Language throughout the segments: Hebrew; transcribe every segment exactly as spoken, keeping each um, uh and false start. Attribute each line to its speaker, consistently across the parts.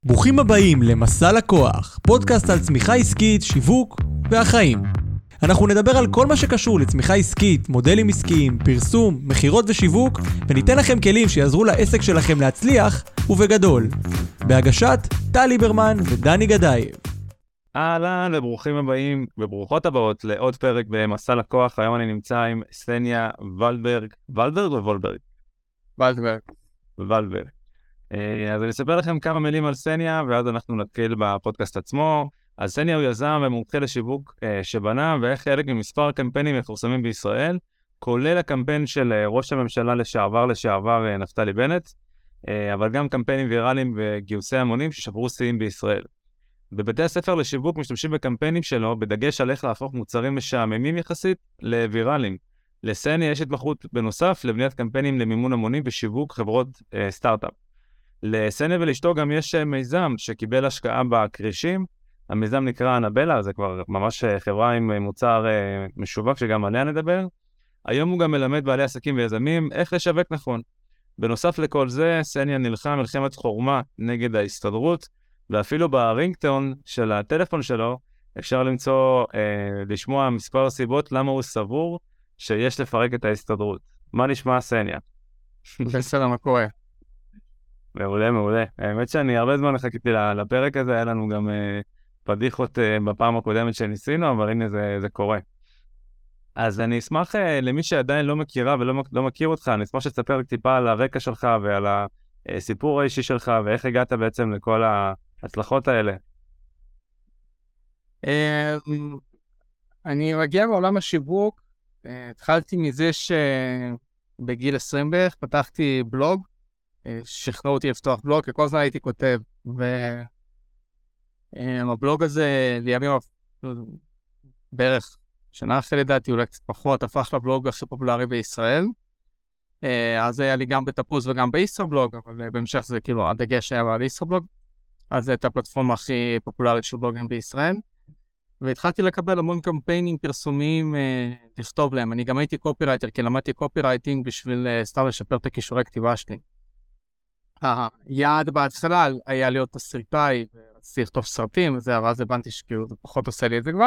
Speaker 1: ברוכים הבאים למסע לקוח, פודקאסט על צמיחה עסקית, שיווק והחיים. אנחנו נדבר על כל מה שקשור לצמיחה עסקית, מודלים עסקיים, פרסום, מחירות ושיווק, וניתן לכם כלים שיעזרו לעסק שלכם להצליח ובגדול. בהגשת טל ליברמן ודני גדייב.
Speaker 2: אהלן וברוכים הבאים וברוכות הבאות לעוד פרק במסע לקוח. היום אני נמצא עם סניה ולברג. ולברג או וולברג?
Speaker 3: ולברג.
Speaker 2: ולברג. אז אני אספר לכם כמה מילים על סניה, ואז אנחנו נתחיל בפודקאסט עצמו. אז סניה הוא יזם ומומחה לשיווק שבנה, ואיך חלק ממספר קמפיינים מפורסמים בישראל, כולל הקמפיין של ראש הממשלה לשעבר לשעבר נפתלי בנט, אבל גם קמפיינים ויראליים וגיוסי המונים ששברו שיאים בישראל. בבתי הספר לשיווק משתמשים בקמפיינים שלו, בדגש על איך להפוך מוצרים משעממים יחסית לוויראליים. לסניה יש התמחות בנוסף לבניית קמפיינים למימון המונים ושיווק חברות אה, סטארט-אפ. לסניה ולאשתו גם יש מיזם שקיבל השקעה בקרישים. המיזם נקרא אנבלה, זה כבר ממש חברה עם מוצר אה, משווק שגם עליה נדבר. היום הוא גם מלמד בעלי עסקים ויזמים איך לשווק נכון. בנוסף לכל זה, סניה נלחם מלחמת חורמה נגד ההסתדרות, ואפילו ברינגטון של הטלפון שלו אפשר למצוא, אה, לשמוע מספר סיבות למה הוא סבור שיש לפרק את ההסתדרות. מה נשמע סניה?
Speaker 3: בסדר, מה קורה?
Speaker 2: מעולה, מעולה. האמת שאני הרבה זמן חיכיתי לפרק הזה, היה לנו גם אה, פדיחות אה, בפעם הקודמת שניסינו, אבל הנה זה, זה קורה. אז אני אשמח אה, למי שעדיין לא מכירה ולא לא מכיר אותך, אני אשמח שתספר טיפה על הרקע שלך ועל הסיפור האישי שלך, ואיך הגעת בעצם לכל ההצלחות האלה.
Speaker 3: אני מגיע בעולם השיווק, התחלתי מזה שבגיל עשרים בערך פתחתי בלוג, שכנעו אותי לפתוח בלוג, כי כל הזמן הייתי כותב, והבלוג הזה לימים בערך שנה אחרי לדעתי, אולי קצת פחות, הפך לבלוג הכי פופולרי בישראל. אז היה לי גם בתפוז וגם בישראבלוג, אבל בהמשך זה כאילו הדגש היה על ישראבלוג. אז זו הייתה הפלטפורמה הכי פופולרית של בלוגים בישראל. והתחלתי לקבל המון קמפיינים פרסומיים אה, לכתוב להם. אני גם הייתי קופירייטר, כי למדתי קופירייטינג בשביל אה, סתם לשפר את הכישורי כתיבה שלי. היעד בהתחלה היה להיות תסריטאי, ורציתי לכתוב סרטים, וזה, אבל אז הבנתי שכאילו זה פחות עושה לי את זה כבר.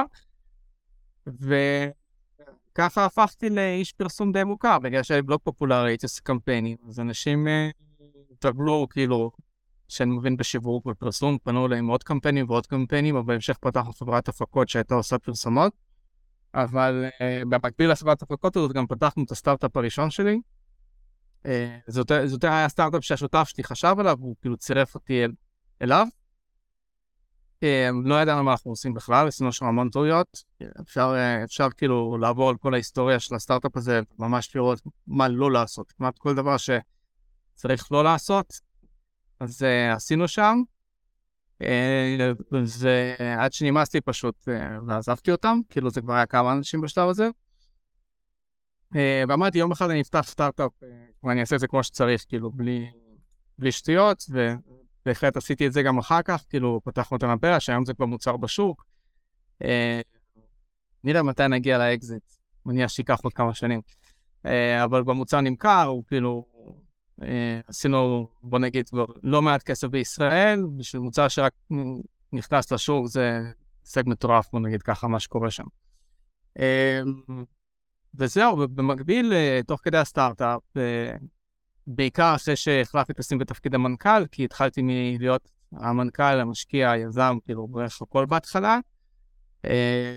Speaker 3: וככה הפכתי לאיש פרסום די מוכר, בגלל שהיה לי בלוג פופולרי, הייתי עושה קמפיינים, אז אנשים אה, תרגלו כאילו, שאני מבין בשיווק ופרסום, פנו להם עוד קמפיינים ועוד קמפיינים, אבל בהמשך פתחנו חברת הפקות שהייתה עושה פרסומות, אבל אה, במקביל לחברת הפקות הזאת גם פתחנו את הסטארט-אפ הראשון שלי. אה, זאת, זאת היה הסטארט-אפ שהשותף שלי חשב עליו, הוא כאילו צירף אותי אל, אליו. אה, לא ידענו מה אנחנו עושים בכלל, עשינו שם המון טעויות. אפשר, אה, אפשר כאילו לעבור על כל ההיסטוריה של הסטארט-אפ הזה, ממש לראות מה לא לעשות, כמעט כל דבר שצריך לא לעשות. אז uh, עשינו שם, uh, ועד שנמאס לי פשוט, uh, ועזבתי אותם, כאילו זה כבר היה כמה אנשים בשלב הזה. Uh, ואמרתי, יום אחד אני אפתח סטארט-אפ, uh, ואני אעשה את זה כמו שצריך, כאילו, בלי, בלי שטויות, ובהחלט עשיתי את זה גם אחר כך, כאילו, פתחנו את אנבלה, שהיום זה כבר מוצר בשוק. Uh, נראה מתי נגיע לאקזיט, מניח שיקח עוד כמה שנים. Uh, אבל במוצר נמכר, הוא כאילו... Uh, עשינו, בוא נגיד, לא מעט כסף בישראל, בשביל מוצר שרק נכנס לשוק, זה הישג מטורף, בוא נגיד ככה, מה שקורה שם. Uh, וזהו, במקביל, uh, תוך כדי הסטארט-אפ, uh, בעיקר אחרי שהחלפתי לשים בתפקיד המנכ"ל, כי התחלתי מלהיות המנכ"ל, המשקיע, היזם, כאילו, בערך הכל בהתחלה, uh,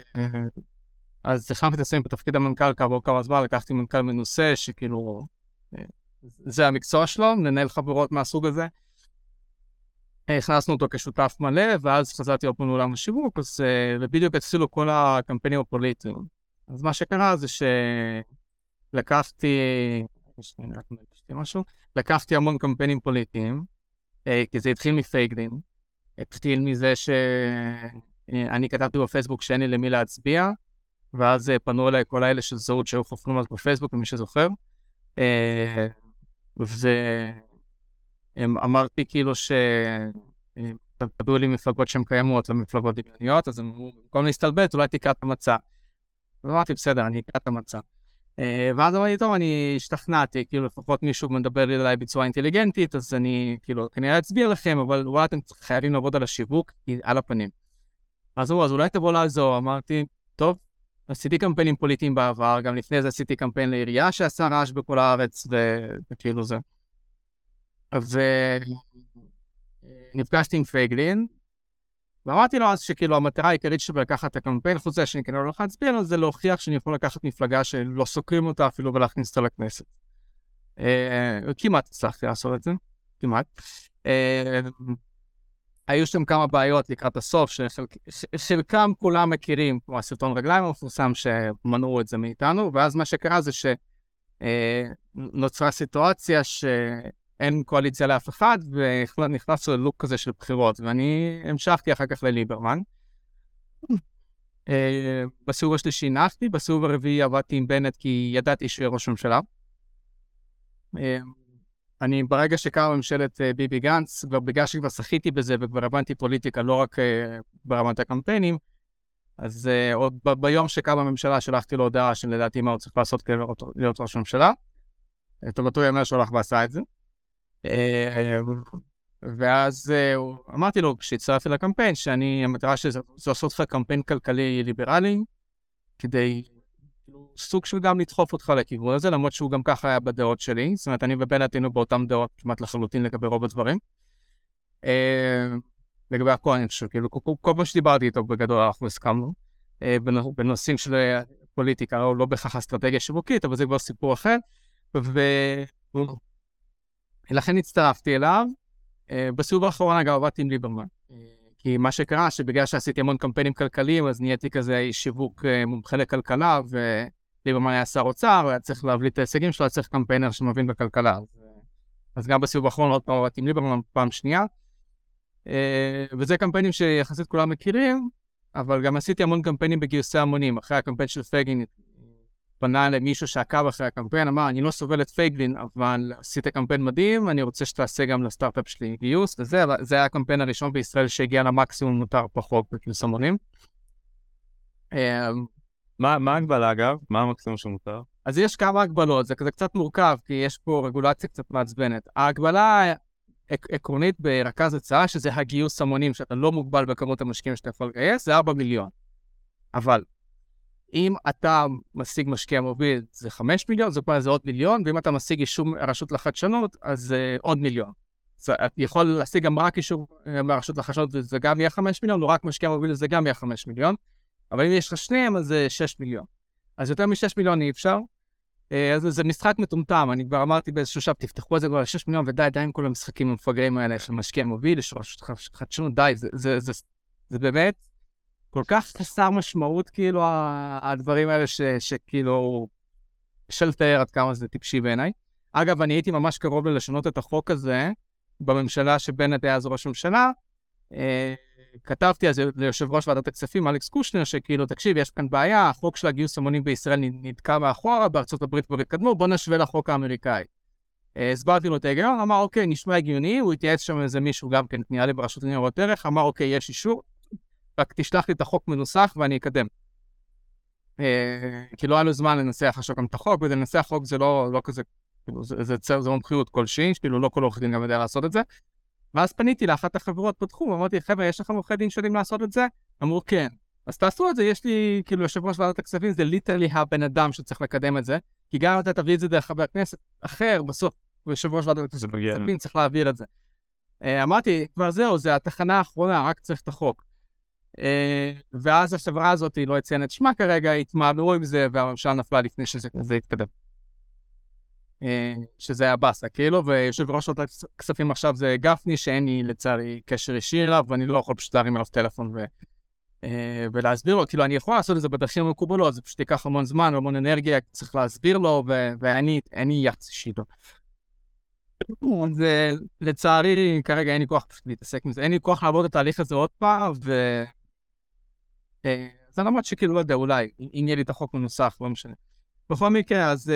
Speaker 3: אז החלפתי לשים בתפקיד המנכ"ל כעבור כמה זמן, לקחתי מנכ"ל מנוסה, שכאילו... Uh, זה המקצוע שלו, לנהל חברות מהסוג הזה. הכנסנו אותו כשותף מלא, ואז חזרתי עוד פעם לעולם השיווק, אז בדיוק התחילו כל הקמפיינים הפוליטיים. אז מה שקרה זה שלקחתי, משהו, לקחתי המון קמפיינים פוליטיים, כי זה התחיל מפייגלין. התחיל מזה שאני כתבתי בפייסבוק שאין לי למי להצביע, ואז פנו אליי כל האלה של זהות שהיו חופרים אז בפייסבוק, למי שזוכר. ואמרתי כאילו שתביאו לי מפלגות שהן קיימות למפלגות דמיוניות, אז הם אמרו, במקום להסתלבט, אולי תקרא את המצע. ואמרתי, בסדר, אני אקרא את המצע. ואז אמרתי, טוב, אני השתכנעתי, כאילו לפחות מישהו מדבר אליי בצורה אינטליגנטית, אז אני כאילו כנראה אצביע לכם, אבל וואלה, אתם חייבים לעבוד על השיווק, על הפנים. אז הוא, אז אולי תבוא לעזור, אמרתי, טוב, עשיתי קמפיינים פוליטיים בעבר, גם לפני זה עשיתי קמפיין לעירייה שעשה רעש בכל הארץ, וכאילו זה. ונפגשתי עם פייגלין, ואמרתי לו אז שכאילו המטרה העיקרית שלי לקחת את הקמפיין, חוץ זה שאני כנראה לא הולך להצביע לו, זה להוכיח שאני יכול לקחת מפלגה שלא סוקרים אותה אפילו ולהכניס אותה לכנסת. כמעט הצלחתי לעשות את זה, כמעט. היו שם כמה בעיות לקראת הסוף, שחלקם כולם מכירים, כמו הסרטון רגליים המפורסם שמנעו את זה מאיתנו, ואז מה שקרה זה שנוצרה סיטואציה שאין קואליציה לאף אחד, ונכנסו ללוק כזה של בחירות, ואני המשכתי אחר כך לליברמן. בסיבוב השלישי נחתי, בסיבוב הרביעי עבדתי עם בנט כי ידעתי שהוא ראש ממשלה. אני ברגע שקרה ממשלת ביבי גנץ, בגלל שכבר שחיתי בזה וכבר הבנתי פוליטיקה לא רק ברמת הקמפיינים, אז עוד ביום שקרה בממשלה שלחתי לו הודעה שלדעתי מה הוא צריך לעשות כדי להיות ראש ממשלה. טובתו יאמר שהולך ועשה את זה. ואז אמרתי לו, כשהצטרפתי לקמפיין, שאני, המטרה שזה לעשות לך קמפיין כלכלי ליברלי, כדי סוג של גם לדחוף אותך לכיוון הזה, למרות שהוא גם ככה היה בדעות שלי, זאת אומרת, אני ובנט היינו באותם דעות כמעט לחלוטין לגבי רוב הדברים. לגבי הכל, אני חושב, כאילו, כל מה שדיברתי איתו בגדול, אנחנו הסכמנו, בנושאים של פוליטיקה, לא בכך אסטרטגיה שיווקית, אבל זה כבר סיפור אחר, ולכן הצטרפתי אליו. בסיבוב האחרון, אגב, עבדתי עם ליברמן. כי מה שקרה, שבגלל שעשיתי המון קמפיינים כלכליים, אז נהייתי כזה שיווק מומחה לכלכלה, וליברמן היה שר אוצר, היה צריך להבליט את ההישגים שלו, היה צריך קמפיינר שמבין בכלכלה. אז גם בסיבוב האחרון עוד פעם עבדתי עם ליברמן פעם שנייה. וזה קמפיינים שיחסית כולם מכירים, אבל גם עשיתי המון קמפיינים בגיוסי המונים. אחרי הקמפיין של פייגלין, פנה למישהו שעקב אחרי הקמפיין, אמר, אני לא סובל את פייגלין, אבל עשית קמפיין מדהים, אני רוצה שתעשה גם לסטארט-אפ שלי גיוס, וזה זה היה הקמפיין הראשון בישראל שהגיע למקסימום מותר פחות בגיוס המונים.
Speaker 2: מה ההגבלה אגב? מה המקסימום שמותר?
Speaker 3: אז יש כמה הגבלות, זה כזה קצת מורכב, כי יש פה רגולציה קצת מעצבנת. ההגבלה עקרונית ברכז הצעה, שזה הגיוס המונים, שאתה לא מוגבל בכמות המשקיעים שאתה יכול לגייס, זה ארבעה מיליון. אבל אם אתה משיג משקיע מוביל, זה חמישה מיליון, זה כבר זה עוד מיליון, ואם אתה משיג אישור הרשות לחדשנות, אז זה עוד מיליון. אז אתה יכול להשיג גם רק אישור מהרשות לחדשנות, וזה גם יהיה חמישה מיליון, או רק משקיע מוביל, זה גם יהיה חמישה מיליון. אבל אם יש לך שניהם, אז זה שישה מיליון. אז יותר מ-שישה מיליון אי אפשר. אז זה משחק מטומטם, אני כבר אמרתי באיזשהו שב, תפתחו את זה כבר ל-שישה מיליון, ודי, די עם כל המשחקים המפגרים האלה, של משקיע מוביל, יש רשות חדשנות, די, זה, זה, זה, זה באמת כל כך חסר משמעות, כאילו, הדברים האלה ש, שכאילו, של תאר עד כמה זה טיפשי בעיניי. אגב, אני הייתי ממש קרוב לשנות את החוק הזה, בממשלה שבנט היה אז ראש ממשלה, אה, כתבתי אז ליושב ראש ועדת הכספים, אלכס קושנר, שכאילו, תקשיב, יש כאן בעיה, החוק של הגיוס המונים בישראל נתקע מאחורה, בארצות הברית כבר התקדמו, בוא נשווה לחוק האמריקאי. אה, הסברתי לו את ההיגיון, אמר, אוקיי, נשמע הגיוני, הוא התייעץ שם איזה מישהו גם כן, נראה לי ברשות לניירות ערך, אמר, אוקיי, יש אישור, רק תשלח לי את החוק מנוסח ואני אקדם. כי לא היה לו זמן לנסח עכשיו גם את החוק, ולנסח חוק זה לא, לא כזה, זה צר, זה מומחיות כלשהי, כאילו לא כל עורך דין גם יודע לעשות את זה. ואז פניתי לאחת החברות בתחום, ואמרתי, חבר'ה, יש לכם עורכי דין שיודעים לעשות את זה? אמרו, כן. אז תעשו את זה, יש לי, כאילו, יושב ראש ועדת הכספים, זה ליטרלי הבן אדם שצריך לקדם את זה, כי גם אתה תביא את זה דרך חבר הכנסת אחר, בסוף, יושב ראש ועדת הכספים, צריך להעביר את זה. אמרתי, כבר זהו, זה התחנה האחרונה, רק צריך את החוק. ואז החברה הזאת היא לא הציין את שמה כרגע, התמענו עם זה, והממשלה נפלה לפני שזה יתקדם. שזה היה בסה, כאילו, ויושב ראש ועדת הכספים עכשיו זה גפני, שאין לי לצערי קשר אישי אליו, ואני לא יכול פשוט להרים אליו טלפון ולהסביר לו, כאילו, אני יכול לעשות את זה בדרכים המקובלות, זה פשוט ייקח המון זמן, המון אנרגיה, צריך להסביר לו, ואני יחס אישי איתו. אז לצערי, כרגע אין לי כוח פשוט להתעסק עם זה, אין לי כוח לעבוד את התהליך הזה עוד פעם, ו... זה למרות שכאילו לא יודע, אולי, אם יהיה לי את החוק מנוסח, לא משנה. בכל מקרה, אז...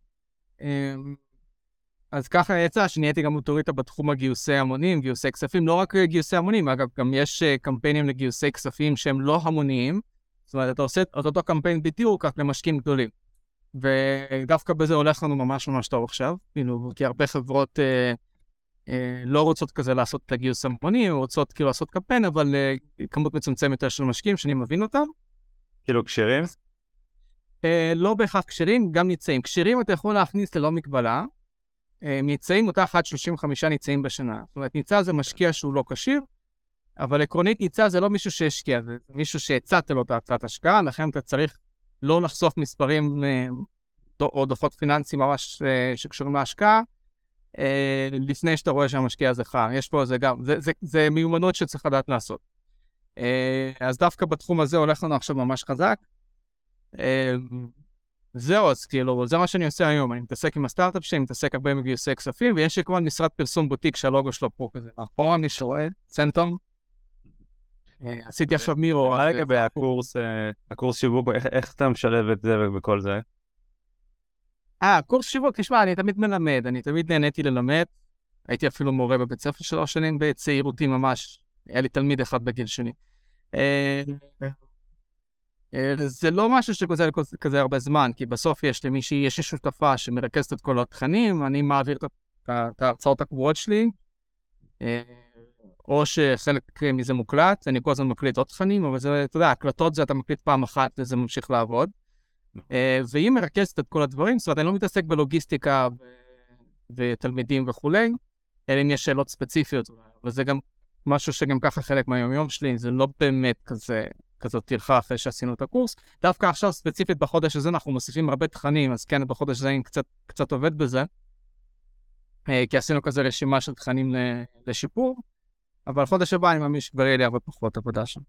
Speaker 3: אז ככה יצא שנהייתי גם אוטוריטה בתחום הגיוסי המונים, גיוסי כספים, לא רק גיוסי המונים, אגב, גם יש קמפיינים לגיוסי כספים שהם לא המוניים, זאת אומרת, אתה עושה את אותו קמפיין בדיוק, רק למשקיעים גדולים. ודווקא בזה הולך לנו ממש ממש טוב עכשיו, כאילו, כי הרבה חברות אה, אה, לא רוצות כזה לעשות את הגיוס המוני, או רוצות כאילו לעשות קמפיין, אבל אה, כמות מצומצמת יותר של משקיעים, שאני מבין אותם.
Speaker 2: כאילו קשרים?
Speaker 3: אה, לא בהכרח קשרים, גם ניצאים. קשרים אתה יכול להכניס ללא מגבלה, אה, ניצאים אותך עד שלושים וחמישה ניצאים בשנה. זאת אומרת, ניצא זה משקיע שהוא לא קשיר, אבל עקרונית ניצא זה לא מישהו שהשקיע, זה מישהו שהצעת לו את ההצעת השקעה, לכן אתה צריך לא לחשוף מספרים אה, או דוחות פיננסיים ממש אה, שקשורים להשקעה, אה, לפני שאתה רואה שהמשקיע זה חם. יש פה זה גם, זה, זה, זה מיומנות שצריך לדעת לעשות. אה, אז דווקא בתחום הזה הולך לנו עכשיו ממש חזק. אה, זהו, אז כאילו, זה מה שאני עושה היום, אני מתעסק עם הסטארט-אפ שלי, אני מתעסק הרבה מגיוסי כספים, ויש לי כמובן משרד פרסום בוטיק שהלוגו שלו פה כזה. פה אני שרואה, סנטום. עשיתי עכשיו מירו.
Speaker 2: מה לגבי הקורס, הקורס שיווק, איך אתה משלב את זה וכל זה?
Speaker 3: אה, קורס שיווק, תשמע, אני תמיד מלמד, אני תמיד נהניתי ללמד. הייתי אפילו מורה בבית ספר שלוש שנים בצעירותי ממש. היה לי תלמיד אחד בגיל שני. זה לא משהו שגוזל כזה הרבה זמן, כי בסוף יש למישהי, יש לי שותפה שמרכזת את כל התכנים, אני מעביר את ההרצאות הקבועות שלי, או שחלק מזה מוקלט, אני כל הזמן מקליט עוד תכנים, אבל זה, אתה יודע, הקלטות זה אתה מקליט פעם אחת וזה ממשיך לעבוד. והיא מרכזת את כל הדברים, זאת אומרת, אני לא מתעסק בלוגיסטיקה ותלמידים וכולי, אלא אם יש שאלות ספציפיות, וזה גם משהו שגם ככה חלק מהיום-יום שלי, זה לא באמת כזה, כזאת תלכה אחרי שעשינו את הקורס. דווקא עכשיו ספציפית בחודש הזה אנחנו מוסיפים הרבה תכנים, אז כן, בחודש הזה אני קצת, קצת עובד בזה, כי עשינו כזה רשימה של תכנים לשיפור, אבל חודש הבא אני מאמין שכבר יהיה לי הרבה פחות עבודה שם.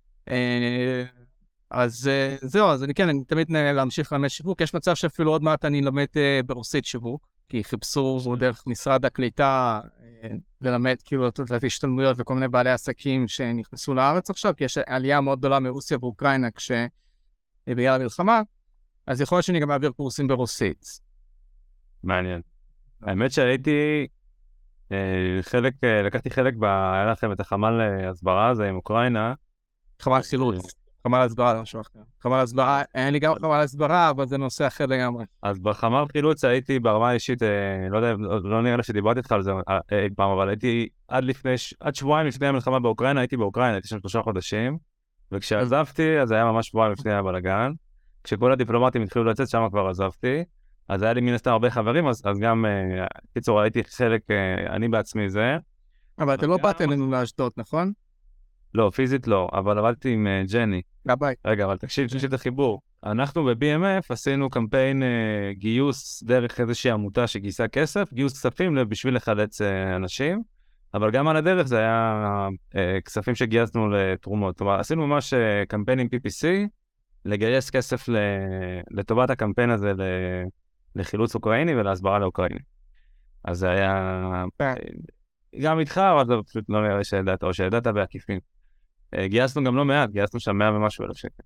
Speaker 3: אז זהו, אז אני כן, אני תמיד להמשיך ללמד שיווק. יש מצב שאפילו עוד מעט אני למד ברוסית שיווק, כי חיפשו דרך משרד הקליטה ללמד כאילו את השתלמויות וכל מיני בעלי עסקים שנכנסו לארץ עכשיו, כי יש עלייה מאוד גדולה מרוסיה ואוקראינה כשבגלל המלחמה, אז יכול להיות שאני גם מעביר קורסים ברוסית.
Speaker 2: מעניין. האמת שהייתי חלק, לקחתי חלק, היה לכם את החמ"ל הסברה הזה עם אוקראינה.
Speaker 3: חמ"ל חילוץ. חמ"ל הסברה, משהו אחר. חמ"ל הסברה, אין לי גם חמ"ל הסברה, אבל זה נושא אחר לגמרי.
Speaker 2: אז בחמ"ל חילוץ הייתי ברמה האישית, לא יודע, לא נראה לי שדיברתי איתך על זה אי פעם, אבל הייתי עד לפני, עד שבועיים לפני המלחמה באוקראינה, הייתי באוקראינה, הייתי שם שלושה חודשים, וכשעזבתי, אז היה ממש שבועיים לפני הבלגן. כשכל הדיפלומטים התחילו לצאת, שם כבר עזבתי. אז היה לי מן הסתם הרבה חברים, אז, אז גם, uh, קיצור, הייתי חלק, uh, אני בעצמי זה.
Speaker 3: אבל אתה לא באת אלינו לאשדוד, נכון?
Speaker 2: לא, פיזית לא, אבל עבדתי עם uh, ג'ני.
Speaker 3: לבית.
Speaker 2: רגע, אבל תקשיב, תקשיב את החיבור. אנחנו ב-בי אם אף עשינו קמפיין uh, גיוס דרך איזושהי עמותה שגייסה כסף, גיוס כספים בשביל לחלץ uh, אנשים, אבל גם על הדרך זה היה uh, כספים שגייסנו לתרומות. זאת אומרת, עשינו ממש uh, קמפיין עם פי פי סי, לגייס כסף לטובת הקמפיין הזה לחילוץ אוקראיני ולהסברה לאוקראיני. אז זה היה גם איתך, אבל זה פשוט לא נראה שידעת, או שידעת בעקיפין. גייסנו גם לא מעט, גייסנו שם מאה ומשהו אלף שקל.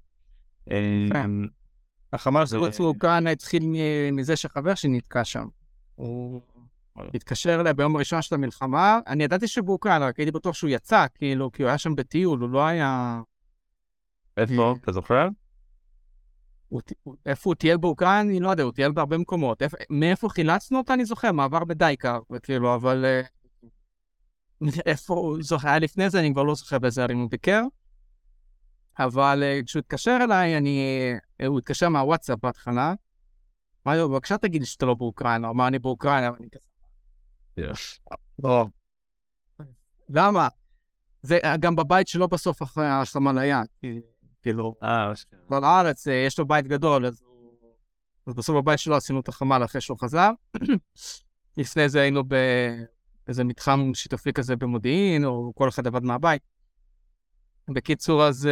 Speaker 3: החמ"ל חילוץ אוקראינה התחיל מזה שחבר שנתקע שם. הוא התקשר אליה ביום הראשון של המלחמה, אני ידעתי שבאוקראינה, רק הייתי בטוח שהוא יצא, כאילו, כי הוא היה שם בטיול, הוא לא היה...
Speaker 2: איפה? אתה זוכר?
Speaker 3: איפה הוא טייל באוקראינה? אני לא יודע, הוא טייל בהרבה מקומות. מאיפה חילצנו אותה? אני זוכר, מעבר בדייקה, וכאילו, אבל... איפה הוא זוכר? היה לפני זה, אני כבר לא זוכר באיזה ערים הוא ביקר. אבל כשהוא התקשר אליי, הוא התקשר מהוואטסאפ בהתחלה. אמר לו, בבקשה תגיד לי שאתה לא באוקראינה, אמר אני באוקראינה, ואני כזה. לא. למה? זה גם בבית שלו בסוף אחרי ההשלמה ליד. כאילו, בארץ יש לו בית גדול, אז בסוף בבית שלו עשינו את החמ"ל אחרי שהוא חזר. לפני זה היינו באיזה מתחם שיתופי כזה במודיעין, או כל אחד עבד מהבית. בקיצור, אז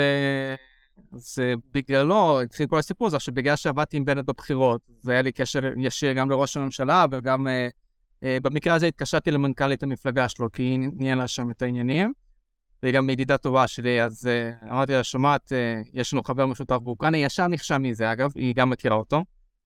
Speaker 3: בגללו, התחיל כל הסיפור הזה, שבגלל שעבדתי עם בנט בבחירות, זה היה לי קשר ישיר גם לראש הממשלה, וגם במקרה הזה התקשרתי למנכ"לית המפלגה שלו, כי היא ניהלה שם את העניינים. והיא גם ידידה טובה שלי, אז uh, אמרתי לה, שומעת, uh, יש לנו חבר משותף באוקראינה, ישר נחשם מזה, אגב, היא גם מכירה אותו.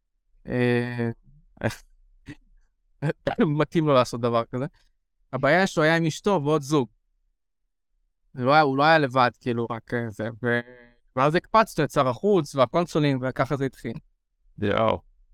Speaker 3: מתאים לו לעשות דבר כזה. הבעיה שלו היה עם אשתו ועוד זוג. לא היה, הוא לא היה לבד, כאילו, רק זה. ו... ואז הקפצת את שר החוץ והקונסולים, וככה זה התחיל.
Speaker 2: יאו.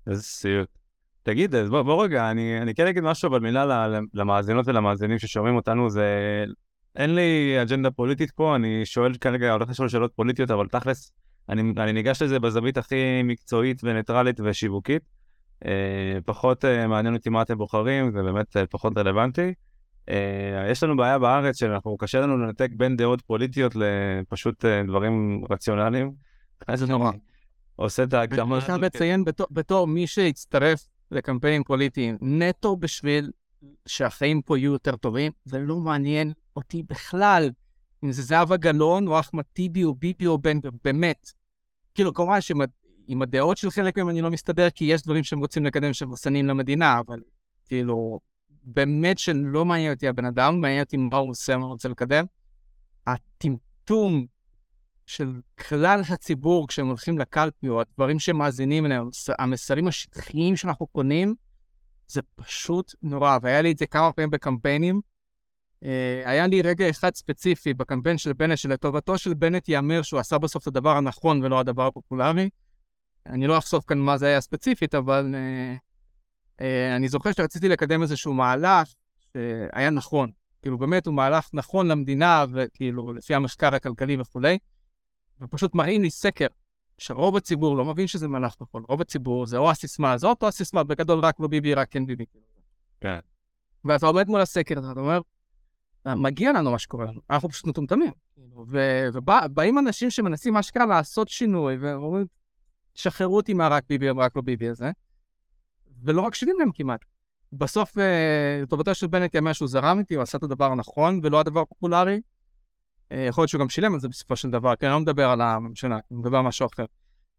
Speaker 2: איזה סיוט. תגיד, אז בוא, בוא רגע, אני, אני כן אגיד משהו, אבל מילה למאזינות ולמאזינים ששומעים אותנו, זה... אין לי אג'נדה פוליטית פה, אני שואל כרגע, הולך לשאול שאלות פוליטיות, אבל תכלס, אני, אני ניגש לזה בזווית הכי מקצועית וניטרלית ושיווקית. אה, פחות אה, מעניין אותי מה אתם בוחרים, זה באמת אה, פחות רלוונטי. אה, יש לנו בעיה בארץ שאנחנו, קשה לנו לנתק בין דעות פוליטיות לפשוט אה, דברים רציונליים.
Speaker 3: זה נורא.
Speaker 2: עושה את ההקדמה.
Speaker 3: אני חייב לציין בתור, בתור מי שהצטרף לקמפיינים פוליטיים, נטו בשביל שהחיים פה יהיו יותר טובים, זה לא מעניין אותי בכלל, אם זה זהבה גלאון או אחמד טיבי או ביבי או בן, באמת. כאילו, כמובן שעם הדעות של חלק מהם אני לא מסתדר, כי יש דברים שהם רוצים לקדם שמוסנים למדינה, אבל כאילו, באמת שלא מעניין אותי הבן אדם, מעניין אותי מה הוא עושה, מה הוא רוצה לקדם. הטמטום של כלל הציבור כשהם הולכים לקלפי, או הדברים שמאזינים אליהם, המסרים השטחיים שאנחנו קונים, זה פשוט נורא. והיה לי את זה כמה פעמים בקמפיינים. היה לי רגע אחד ספציפי בקמפיין של בנט, שלטובתו של בנט יאמר שהוא עשה בסוף את הדבר הנכון ולא הדבר הפופולרי. אני לא אחשוף כאן מה זה היה ספציפית, אבל אני זוכר שרציתי לקדם איזשהו מהלך שהיה נכון. כאילו באמת הוא מהלך נכון למדינה, וכאילו לפי המחקר הכלכלי וכולי. ופשוט מראים לי סקר, שרוב הציבור לא מבין שזה מהלך נכון. רוב הציבור זה או הסיסמה הזאת, או הסיסמה, בגדול רק לא ביבי, רק כן ביבי.
Speaker 2: כן.
Speaker 3: ואתה עומד מול הסקר, אתה אומר, מגיע לנו מה שקורה לנו, אנחנו פשוט מטומטמים. ובאים אנשים שמנסים מה שקרה לעשות שינוי, ואומרים, שחררו אותי מה רק ביבי, רק לא ביבי הזה, ולא רק שווים להם כמעט. בסוף, טובתו של בנט יאמר שהוא זרם איתי, הוא עשה את הדבר הנכון, ולא הדבר הפופולרי, יכול להיות שהוא גם שילם על זה בסופו של דבר, כי אני לא מדבר על הממשלה, אני מדבר על משהו אחר.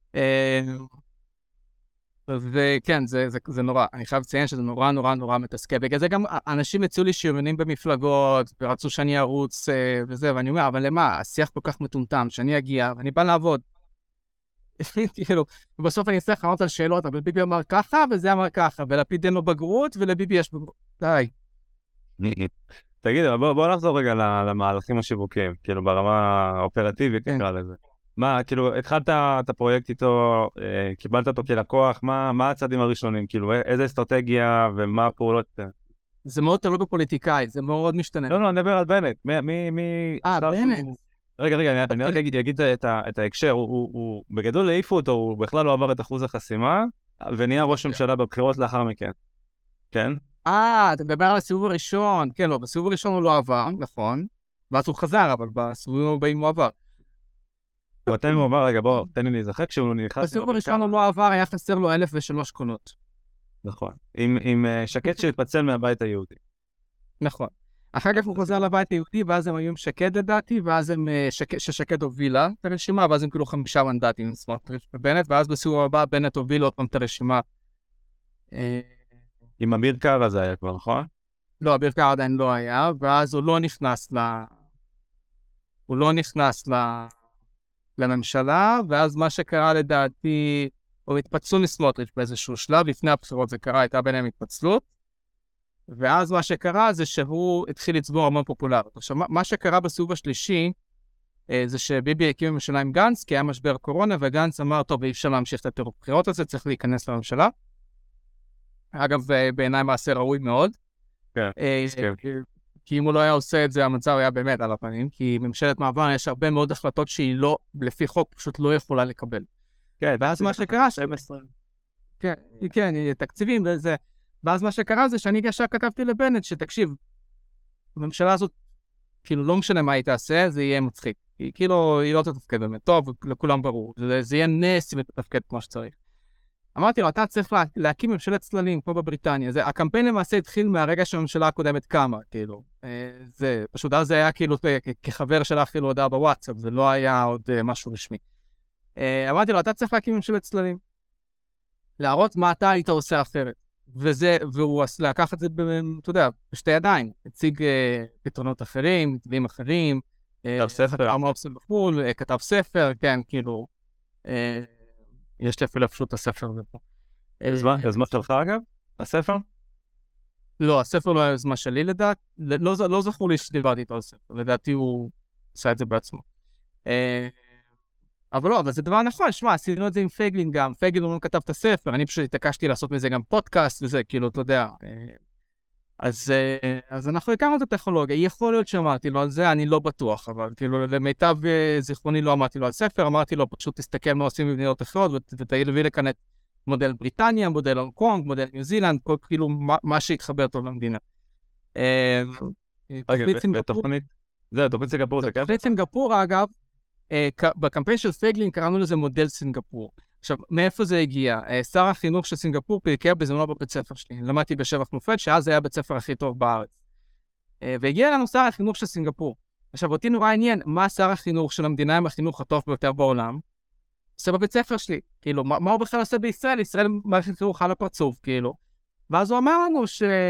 Speaker 3: וכן, זה, זה, זה נורא, אני חייב לציין שזה נורא נורא נורא מתסכל, בגלל זה גם אנשים הציעו לי שיומנים במפלגות, ורצו שאני ארוץ וזה, ואני אומר, אבל למה? השיח כל כך מטומטם, שאני אגיע, ואני בא לעבוד. כאילו, ובסוף אני אצטרך לענות על שאלות, אבל ביבי אמר ככה, וזה אמר ככה, ולפיד אין לו בגרות, ולביבי יש בגרות. די.
Speaker 2: תגיד, בוא, בוא נחזור רגע למהלכים השיווקיים, כאילו ברמה האופרטיבית, נקרא לזה. מה, כאילו, התחלת את הפרויקט איתו, קיבלת אותו כלקוח, מה, מה הצעדים הראשונים? כאילו, איזה אסטרטגיה ומה הפעולות?
Speaker 3: זה מאוד תלוי בפוליטיקאי, זה מאוד משתנה.
Speaker 2: לא, לא, אני מדבר על בנט. מי, מי, מי...
Speaker 3: אה, בנט.
Speaker 2: רגע, רגע, אני רק אגיד את ההקשר, הוא בגדול העיפו אותו, הוא בכלל לא עבר את אחוז החסימה, ונהיה ראש ממשלה בבחירות לאחר מכן. כן?
Speaker 3: אה, אתה מדבר על הסיבוב הראשון. כן, לא, בסיבוב הראשון הוא לא עבר, נכון. ואז הוא חזר, אבל בסיבובים הבאים הוא עבר.
Speaker 2: ואתם הוא אמר, רגע, בוא, תן לי להיזכר, כשהוא נכנס...
Speaker 3: בסיבוב הראשון הוא לא עבר, היה חסר לו אלף ושלוש קולות.
Speaker 2: נכון. עם שקד שהתפצל מהבית היהודי.
Speaker 3: נכון. אחר כך הוא חוזר לבית היהודי, ואז הם היו עם שקד לדעתי, ואז הם, ששקד הובילה את הרשימה, ואז הם כאילו חמישה מנדטים, סמוטריץ' ובנט, ואז בסיבוב הבא בנט הוביל עוד פעם את הרשימה.
Speaker 2: עם אביר קארה זה היה כבר, נכון?
Speaker 3: לא, אביר קארה עדיין לא היה, ואז הוא לא נכנס ל... הוא לא נכנס ל... לממשלה, ואז מה שקרה לדעתי, הוא התפצלו לסמוטריץ' באיזשהו שלב, לפני הבחירות זה קרה, הייתה ביניהם התפצלות, ואז מה שקרה זה שהוא התחיל לצבור המון פופולריות. עכשיו, מה שקרה בסיבוב השלישי, זה שביבי הקים ממשלה עם גנץ, כי היה משבר קורונה, וגנץ אמר, טוב, אי אפשר להמשיך את הטירוף בחירות הזה, צריך להיכנס לממשלה. אגב, בעיניי מעשה ראוי מאוד.
Speaker 2: כן, כן.
Speaker 3: כי אם הוא לא היה עושה את זה, המצב היה באמת על הפנים, כי ממשלת מעבר יש הרבה מאוד החלטות שהיא לא, לפי חוק, פשוט לא יכולה לקבל.
Speaker 2: כן,
Speaker 3: ואז מה שקרה... כן, כן, תקציבים וזה... ואז מה שקרה זה שאני ישר כתבתי לבנט שתקשיב, הממשלה הזאת, כאילו לא משנה מה היא תעשה, זה יהיה מצחיק. היא כאילו, היא לא תתפקד באמת טוב, לכולם ברור. זה, זה יהיה נס אם תתפקד כמו שצריך. אמרתי לו, אתה צריך לה, להקים ממשלת צללים פה בבריטניה. זה, הקמפיין למעשה התחיל מהרגע שהממשלה הקודמת קמה, כאילו. זה, פשוט אז זה היה כאילו, כחבר שלה אפילו הודעה בוואטסאפ, זה לא היה עוד משהו רשמי. אמרתי לו, אתה צריך להקים ממשלת צללים. להראות מה אתה היית עושה אחרת. וזה, והוא לקח את זה, אתה יודע, בשתי ידיים. הציג אה, פתרונות אחרים, מתווים אחרים.
Speaker 2: כתב ספר.
Speaker 3: מה עושה בחול, אה, כתב ספר, כן, כאילו. אה, יש לי אפילו פשוט הספר הזה פה.
Speaker 2: יוזמה שלך אגב? הספר?
Speaker 3: לא, הספר לא היה יוזמה שלי לדעת. לא, לא זכור לי שדיברתי איתו על ספר. לדעתי הוא עשה את זה בעצמו. אה, אבל לא, אבל זה דבר נכון, שמע, עשינו את זה עם פייגלין גם, פייגלין לא כתב את הספר, אני פשוט התעקשתי לעשות מזה גם פודקאסט וזה, כאילו, אתה יודע. אז, אז אנחנו הכרנו את הטכנולוגיה, יכול להיות שאמרתי לו על זה, אני לא בטוח, אבל כאילו, למיטב זיכרוני לא אמרתי לו על ספר, אמרתי לו, פשוט תסתכל מה עושים במדינות אחרות, ותביא לכאן את מודל בריטניה, מודל הונג קונג, מודל ניו זילנד, כל כאילו, מה, מה שהתחבר טוב למדינה.
Speaker 2: תוכנית, זה, תוכנית סינגפור, זה כיף?
Speaker 3: תוכנית סינגפור, אגב, בקמפיין של פייגלין קראנו לזה מודל סינגפור. עכשיו, מאיפה זה הגיע? שר החינוך של סינגפור פריקר בזמנו בבית ספר שלי. למדתי בשבח מופת, שאז היה בית ספר הכי טוב בארץ. והגיע לנו שר החינוך של סינגפור. עכשיו, אותי נורא עניין, מה שר החינוך של המדינה עם החינוך הטוב ביותר בעולם? עושה בבית ספר שלי. כאילו, מה, מה הוא בכלל עושה בישראל? ישראל מערכת חינוך על הפרצוף, כאילו. ואז הוא אמר לנו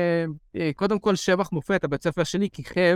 Speaker 3: שקודם כל שבח מופת, הבית ספר שלי כיכב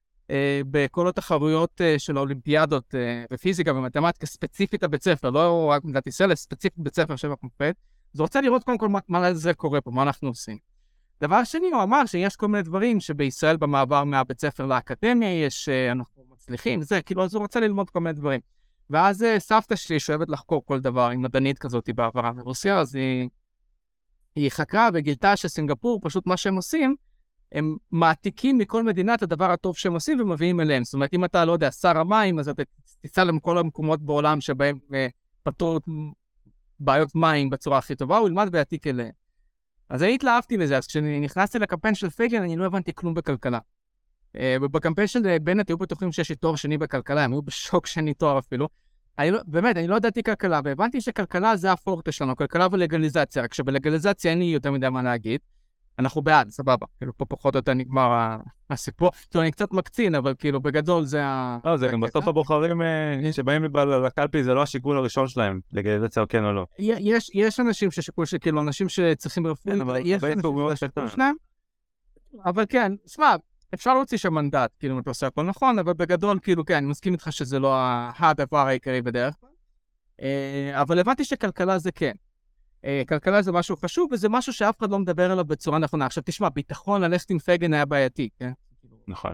Speaker 3: בכל התחרויות של האולימפיאדות בפיזיקה ומתמטיקה ספציפית הבית ספר, לא רק מדינת ישראל, ספציפית בית ספר שבח מופת. אז הוא רוצה לראות קודם כל מה, מה זה קורה פה, מה אנחנו עושים. דבר שני, הוא אמר שיש כל מיני דברים שבישראל במעבר מהבית ספר לאקדמיה יש, אנחנו מצליחים, זה, כאילו, אז הוא רוצה ללמוד כל מיני דברים. ואז סבתא שלי שאוהבת לחקור כל דבר, עם מדענית כזאת בעברה מרוסיה, אז היא, היא חקרה וגילתה שסינגפור, פשוט מה שהם עושים, הם מעתיקים מכל מדינה את הדבר הטוב שהם עושים ומביאים אליהם. זאת אומרת, אם אתה לא יודע, שר המים, אז אתה תיסע לכל המקומות בעולם שבהם פתרו בעיות מים בצורה הכי טובה, הוא ילמד ויעתיק אליהם. אז אני התלהבתי לזה, אז כשנכנסתי לקמפיין של פייגלין, אני לא הבנתי כלום בכלכלה. ובקמפיין של בנט היו בטוחים שיש לי תואר שני בכלכלה, הם היו בשוק שני תואר אפילו. אני לא, באמת, אני לא ידעתי כלכלה, והבנתי שכלכלה זה הפורטה שלנו, כלכלה ולגליזציה, רק שבלגליזציה אין לי יותר מדי מה להגיד. אנחנו בעד, סבבה. כאילו, פה פחות או יותר נגמר הסיפור. כאילו, אני קצת מקצין, אבל כאילו, בגדול זה ה...
Speaker 2: לא, זה גם בסוף הבוחרים שבאים לקלפי, זה לא השיקול הראשון שלהם, לגליזציה או כן או לא.
Speaker 3: יש אנשים ששיקול שכאילו, אנשים שצריכים רפואי, אבל יש אנשים ששיקול שלהם. אבל כן, שמע, אפשר להוציא שם מנדט, כאילו, אם אתה עושה הכל נכון, אבל בגדול, כאילו, כן, אני מסכים איתך שזה לא הדבר העיקרי בדרך כלל. אבל הבנתי שכלכלה זה כן. כלכלה זה משהו חשוב, וזה משהו שאף אחד לא מדבר עליו בצורה נכונה. עכשיו, תשמע, ביטחון ללכת עם פייגלין היה בעייתי, כן?
Speaker 2: נכון.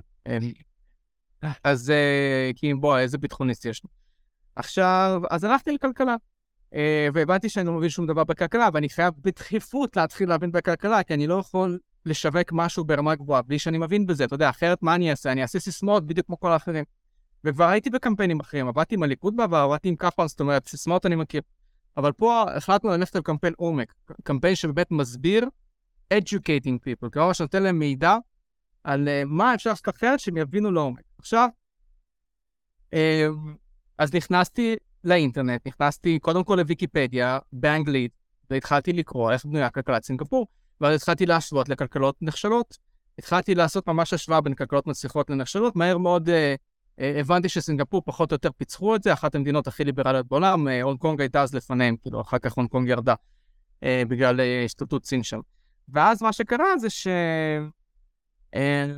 Speaker 3: אז, כי בוא, איזה ביטחוניסט יש לו. עכשיו, אז הלכתי לכלכלה, והבנתי שאני לא מבין שום דבר בכלכלה, ואני חייב בדחיפות להתחיל להבין בכלכלה, כי אני לא יכול לשווק משהו ברמה גבוהה, בלי שאני מבין בזה, אתה יודע, אחרת מה אני אעשה? אני אעשה סיסמאות בדיוק כמו כל האחרים. וכבר הייתי בקמפיינים אחרים, עבדתי עם הליכוד בעבר, עבדתי עם כחלון, זאת אומרת, סיסמאות אני מכיר. אבל פה החלטנו ללכת על קמפיין עומק, קמפיין שבאמת מסביר educating people, כלומר שנותן להם מידע על uh, מה אפשר לעשות אחרת שהם יבינו לעומק. עכשיו, uh, אז נכנסתי לאינטרנט, נכנסתי קודם כל לוויקיפדיה באנגלית, והתחלתי לקרוא איך בנויה כלכלת סינגפור, ואז התחלתי להשוות לכלכלות נכשלות, התחלתי לעשות ממש השוואה בין כלכלות מצליחות לנכשלות, מהר מאוד uh, uh, הבנתי שסינגפור פחות או יותר פיצחו את זה, אחת המדינות הכי ליברליות בעולם, uh, הונג קונג הייתה אז לפניהם, כאילו אחר כך הונג קונג ירדה, uh, בגלל uh, השתלטות סין שם. ואז מה שקרה זה ש... uh,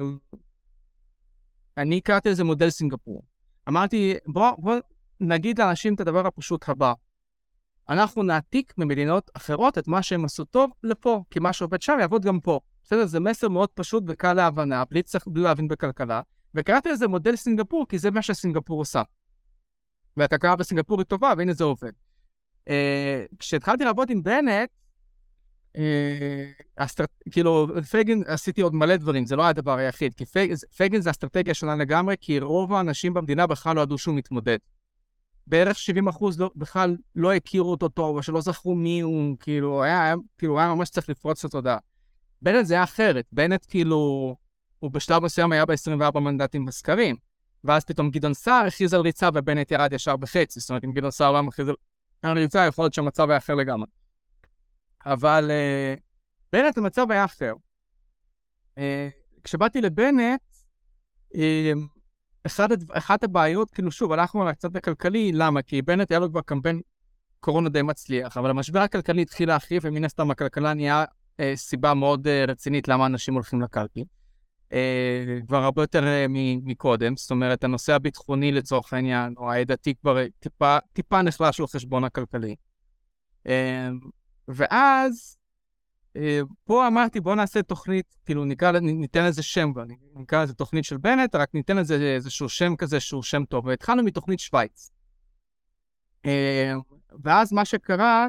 Speaker 3: אני קראתי לזה מודל סינגפור. אמרתי, בוא, בוא נגיד לאנשים את הדבר הפשוט הבא. אנחנו נעתיק ממדינות אחרות את מה שהם עשו טוב לפה, כי מה שעובד שם יעבוד גם פה. בסדר, זה מסר מאוד פשוט וקל להבנה, בלי צריך בלי להבין בכלכלה, וקראתי לזה מודל סינגפור, כי זה מה שסינגפור עושה. והכלכלה בסינגפור היא טובה, והנה זה עובד. Uh, כשהתחלתי לעבוד עם בנט, uh, אסטר... כאילו, פייגלין עשיתי עוד מלא דברים, זה לא היה הדבר היחיד, כי פייגלין, פייגלין זה אסטרטגיה שונה לגמרי, כי רוב האנשים במדינה בכלל לא ידעו שהוא מתמודד. בערך שבעים אחוז לא, בכלל לא הכירו אותו טוב, או שלא זכרו מי הוא, כאילו, היה, היה, כאילו, היה ממש צריך לפרוץ את התודעה. בנט זה היה אחרת, בנט כאילו, הוא בשלב מסוים היה ב-עשרים וארבעה מנדטים בסקרים, ואז פתאום גדעון סער הכריז על ריצה, ובנט ירד ישר בחצי, זאת אומרת, אם גדעון סער לא מכריז על ריצה, יכול להיות שהמצב היה אחר לגמרי. אבל uh, בנט המצב היה אחר. Uh, כשבאתי לבנט, uh, אחד, אחת הבעיות, כאילו שוב, הלכנו על הקצת הכלכלי, למה? כי בנט היה לו כבר קמפיין קורונה די מצליח, אבל המשבר הכלכלי התחיל להחריף, ומן הסתם הכלכלה נהיה אה, סיבה מאוד אה, רצינית למה אנשים הולכים לקלפי. אה, כבר הרבה יותר אה, מקודם, זאת אומרת, הנושא הביטחוני לצורך העניין, או העדתי כבר טיפה, טיפה נחלש לו חשבון הכלכלי. אה, ואז, פה אמרתי, בוא נעשה תוכנית, כאילו נקרא, ניתן איזה שם, נקרא איזה תוכנית של בנט, רק ניתן איזה איזשהו שם כזה שהוא שם טוב, והתחלנו מתוכנית שוויץ. ואז מה שקרה,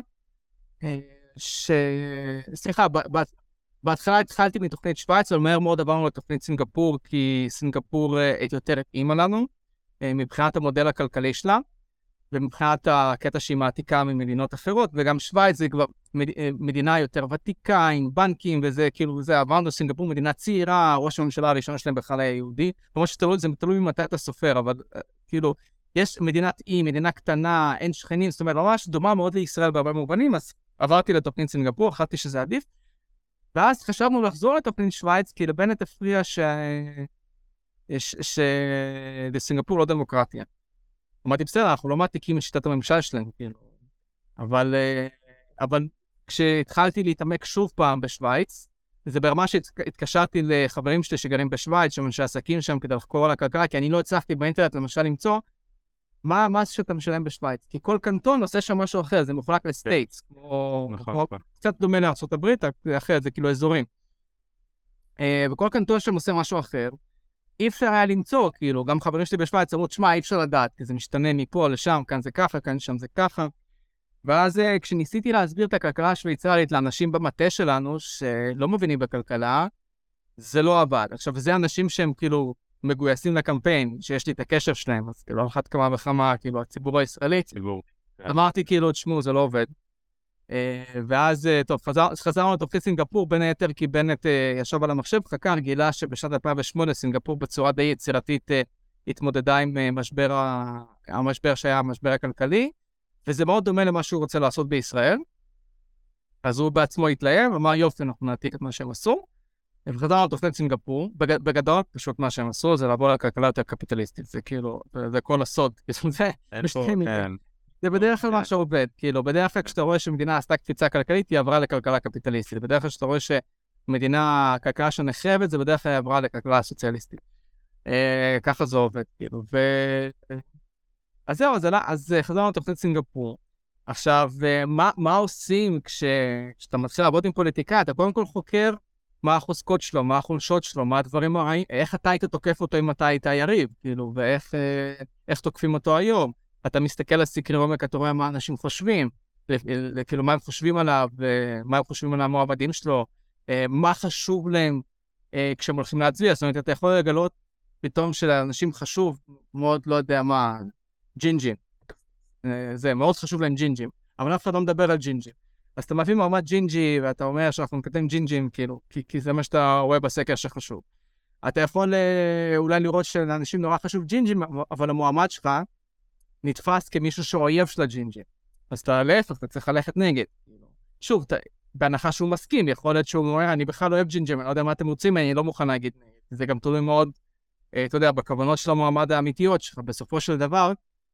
Speaker 3: ש... סליחה, בהתחלה התחלתי מתוכנית שוויץ, אבל מהר מאוד עברנו לתוכנית סינגפור, כי סינגפור יותר התאימה לנו, מבחינת המודל הכלכלי שלה, ומבחינת הקטע שהיא מעתיקה ממדינות אחרות, וגם שוויץ זה כבר מדינה יותר ותיקה, עם בנקים וזה, כאילו זה, עברנו סינגפור, מדינה צעירה, ראש הממשלה הראשון שלהם בכלל היה יהודי, כמו שתלוי, זה תלוי ממתי אתה סופר, אבל כאילו, יש מדינת אי, מדינה קטנה, אין שכנים, זאת אומרת, ממש דומה מאוד לישראל בהרבה מובנים, אז עברתי לתוכנית סינגפור, החלטתי שזה עדיף, ואז חשבנו לחזור לתוכנית שוויץ, כי לבנט הפריע ש... ש... ש... לסינגפור לא דמוקרטיה. אמרתי, בסדר, אנחנו לא מעתיקים את שיטת הממשל שלנו, כאילו. אבל, אבל כשהתחלתי להתעמק שוב פעם בשוויץ, זה ברמה שהתקשרתי לחברים שלי שגרים בשוויץ, שם אנשי עסקים שם כדי לחקור על הכלכלה, כי אני לא הצלחתי באינטרנט למשל למצוא מה המס שאתה משלם בשוויץ. כי כל קנטון עושה שם משהו אחר, זה מחולק לסטייטס, כמו, כמו קצת דומה לארצות הברית, אחרת זה כאילו אזורים. וכל קנטון שם עושה משהו אחר. אי אפשר היה למצוא, כאילו, גם חברים שלי בשוויץ אמרו, תשמע, אי אפשר לדעת, כי זה משתנה מפה לשם, כאן זה ככה, כאן שם זה ככה. ואז כשניסיתי להסביר את הכלכלה השוויצרית לאנשים במטה שלנו, שלא מבינים בכלכלה, זה לא עבד. עכשיו, זה אנשים שהם כאילו מגויסים לקמפיין, שיש לי את הקשר שלהם, אז כאילו, אחת כמה וכמה, כאילו, הציבור הישראלי. ציבור. אמרתי, כאילו, תשמעו, זה לא עובד. ואז, טוב, חזרנו לתוכנית סינגפור, בין היתר כי בנט ישב על המחשב, חקר, גילה שבשנת אלפיים ושמונה סינגפור בצורה די יצירתית התמודדה עם משבר, המשבר שהיה המשבר הכלכלי, וזה מאוד דומה למה שהוא רוצה לעשות בישראל. אז הוא בעצמו התלהב, אמר יופי, אנחנו נעתיק את מה שהם עשו, וחזרנו לתוכנית סינגפור, בגדול, פשוט מה שהם עשו זה לעבור לכלכלה יותר קפיטליסטית, זה כאילו, זה כל הסוד, זה זה בדרך כלל מה שעובד, כאילו, בדרך כלל כשאתה רואה שמדינה עשתה קפיצה כלכלית, היא עברה לכלכלה קפיטליסטית. בדרך כלל כשאתה רואה שמדינה, כלכלה שנחרבת, זה בדרך כלל היא עברה לכלכלה סוציאליסטית. אה, ככה זה עובד, כאילו, ו... אז זהו, אז, אז חזרנו לתוכנית סינגפור. עכשיו, מה, מה עושים כש, כשאתה מתחיל לעבוד עם פוליטיקאי? אתה קודם כל חוקר מה החוזקות שלו, מה החולשות שלו, מה הדברים, איך אתה היית תוקף אותו אם אתה היית יריב, כאילו, ואיך איך תוקפים אותו היום. אתה מסתכל על סקרי עומק, אתה רואה מה אנשים חושבים, כאילו מה הם חושבים עליו, מה הם חושבים על המועמדים שלו, מה חשוב להם כשהם הולכים להצביע. זאת אומרת, אתה יכול לגלות פתאום שלאנשים חשוב מאוד, לא יודע מה, ג'ינג'ים. זה מאוד חשוב להם ג'ינג'ים, אבל אף אחד לא מדבר על ג'ינג'ים. אז אתה מביא מועמד ג'ינג'י, ואתה אומר שאנחנו מקטעים ג'ינג'ים, כאילו, כי, כי זה מה שאתה רואה בסקר שחשוב. אתה יכול אולי לראות שלאנשים נורא חשוב ג'ינג'ים, אבל המועמד שלך נתפס כמישהו שאויב של הג'ינג'ים. אז אתה להפך, אתה צריך ללכת נגד. שוב, אתה, בהנחה שהוא מסכים, יכול להיות שהוא אומר, אני בכלל לא אוהב ג'ינג'ים, אני לא יודע מה אתם רוצים, אני לא מוכן להגיד נגד. זה גם תלוי מאוד, אתה יודע, בכוונות של המועמד האמיתיות שלך. בסופו של דבר,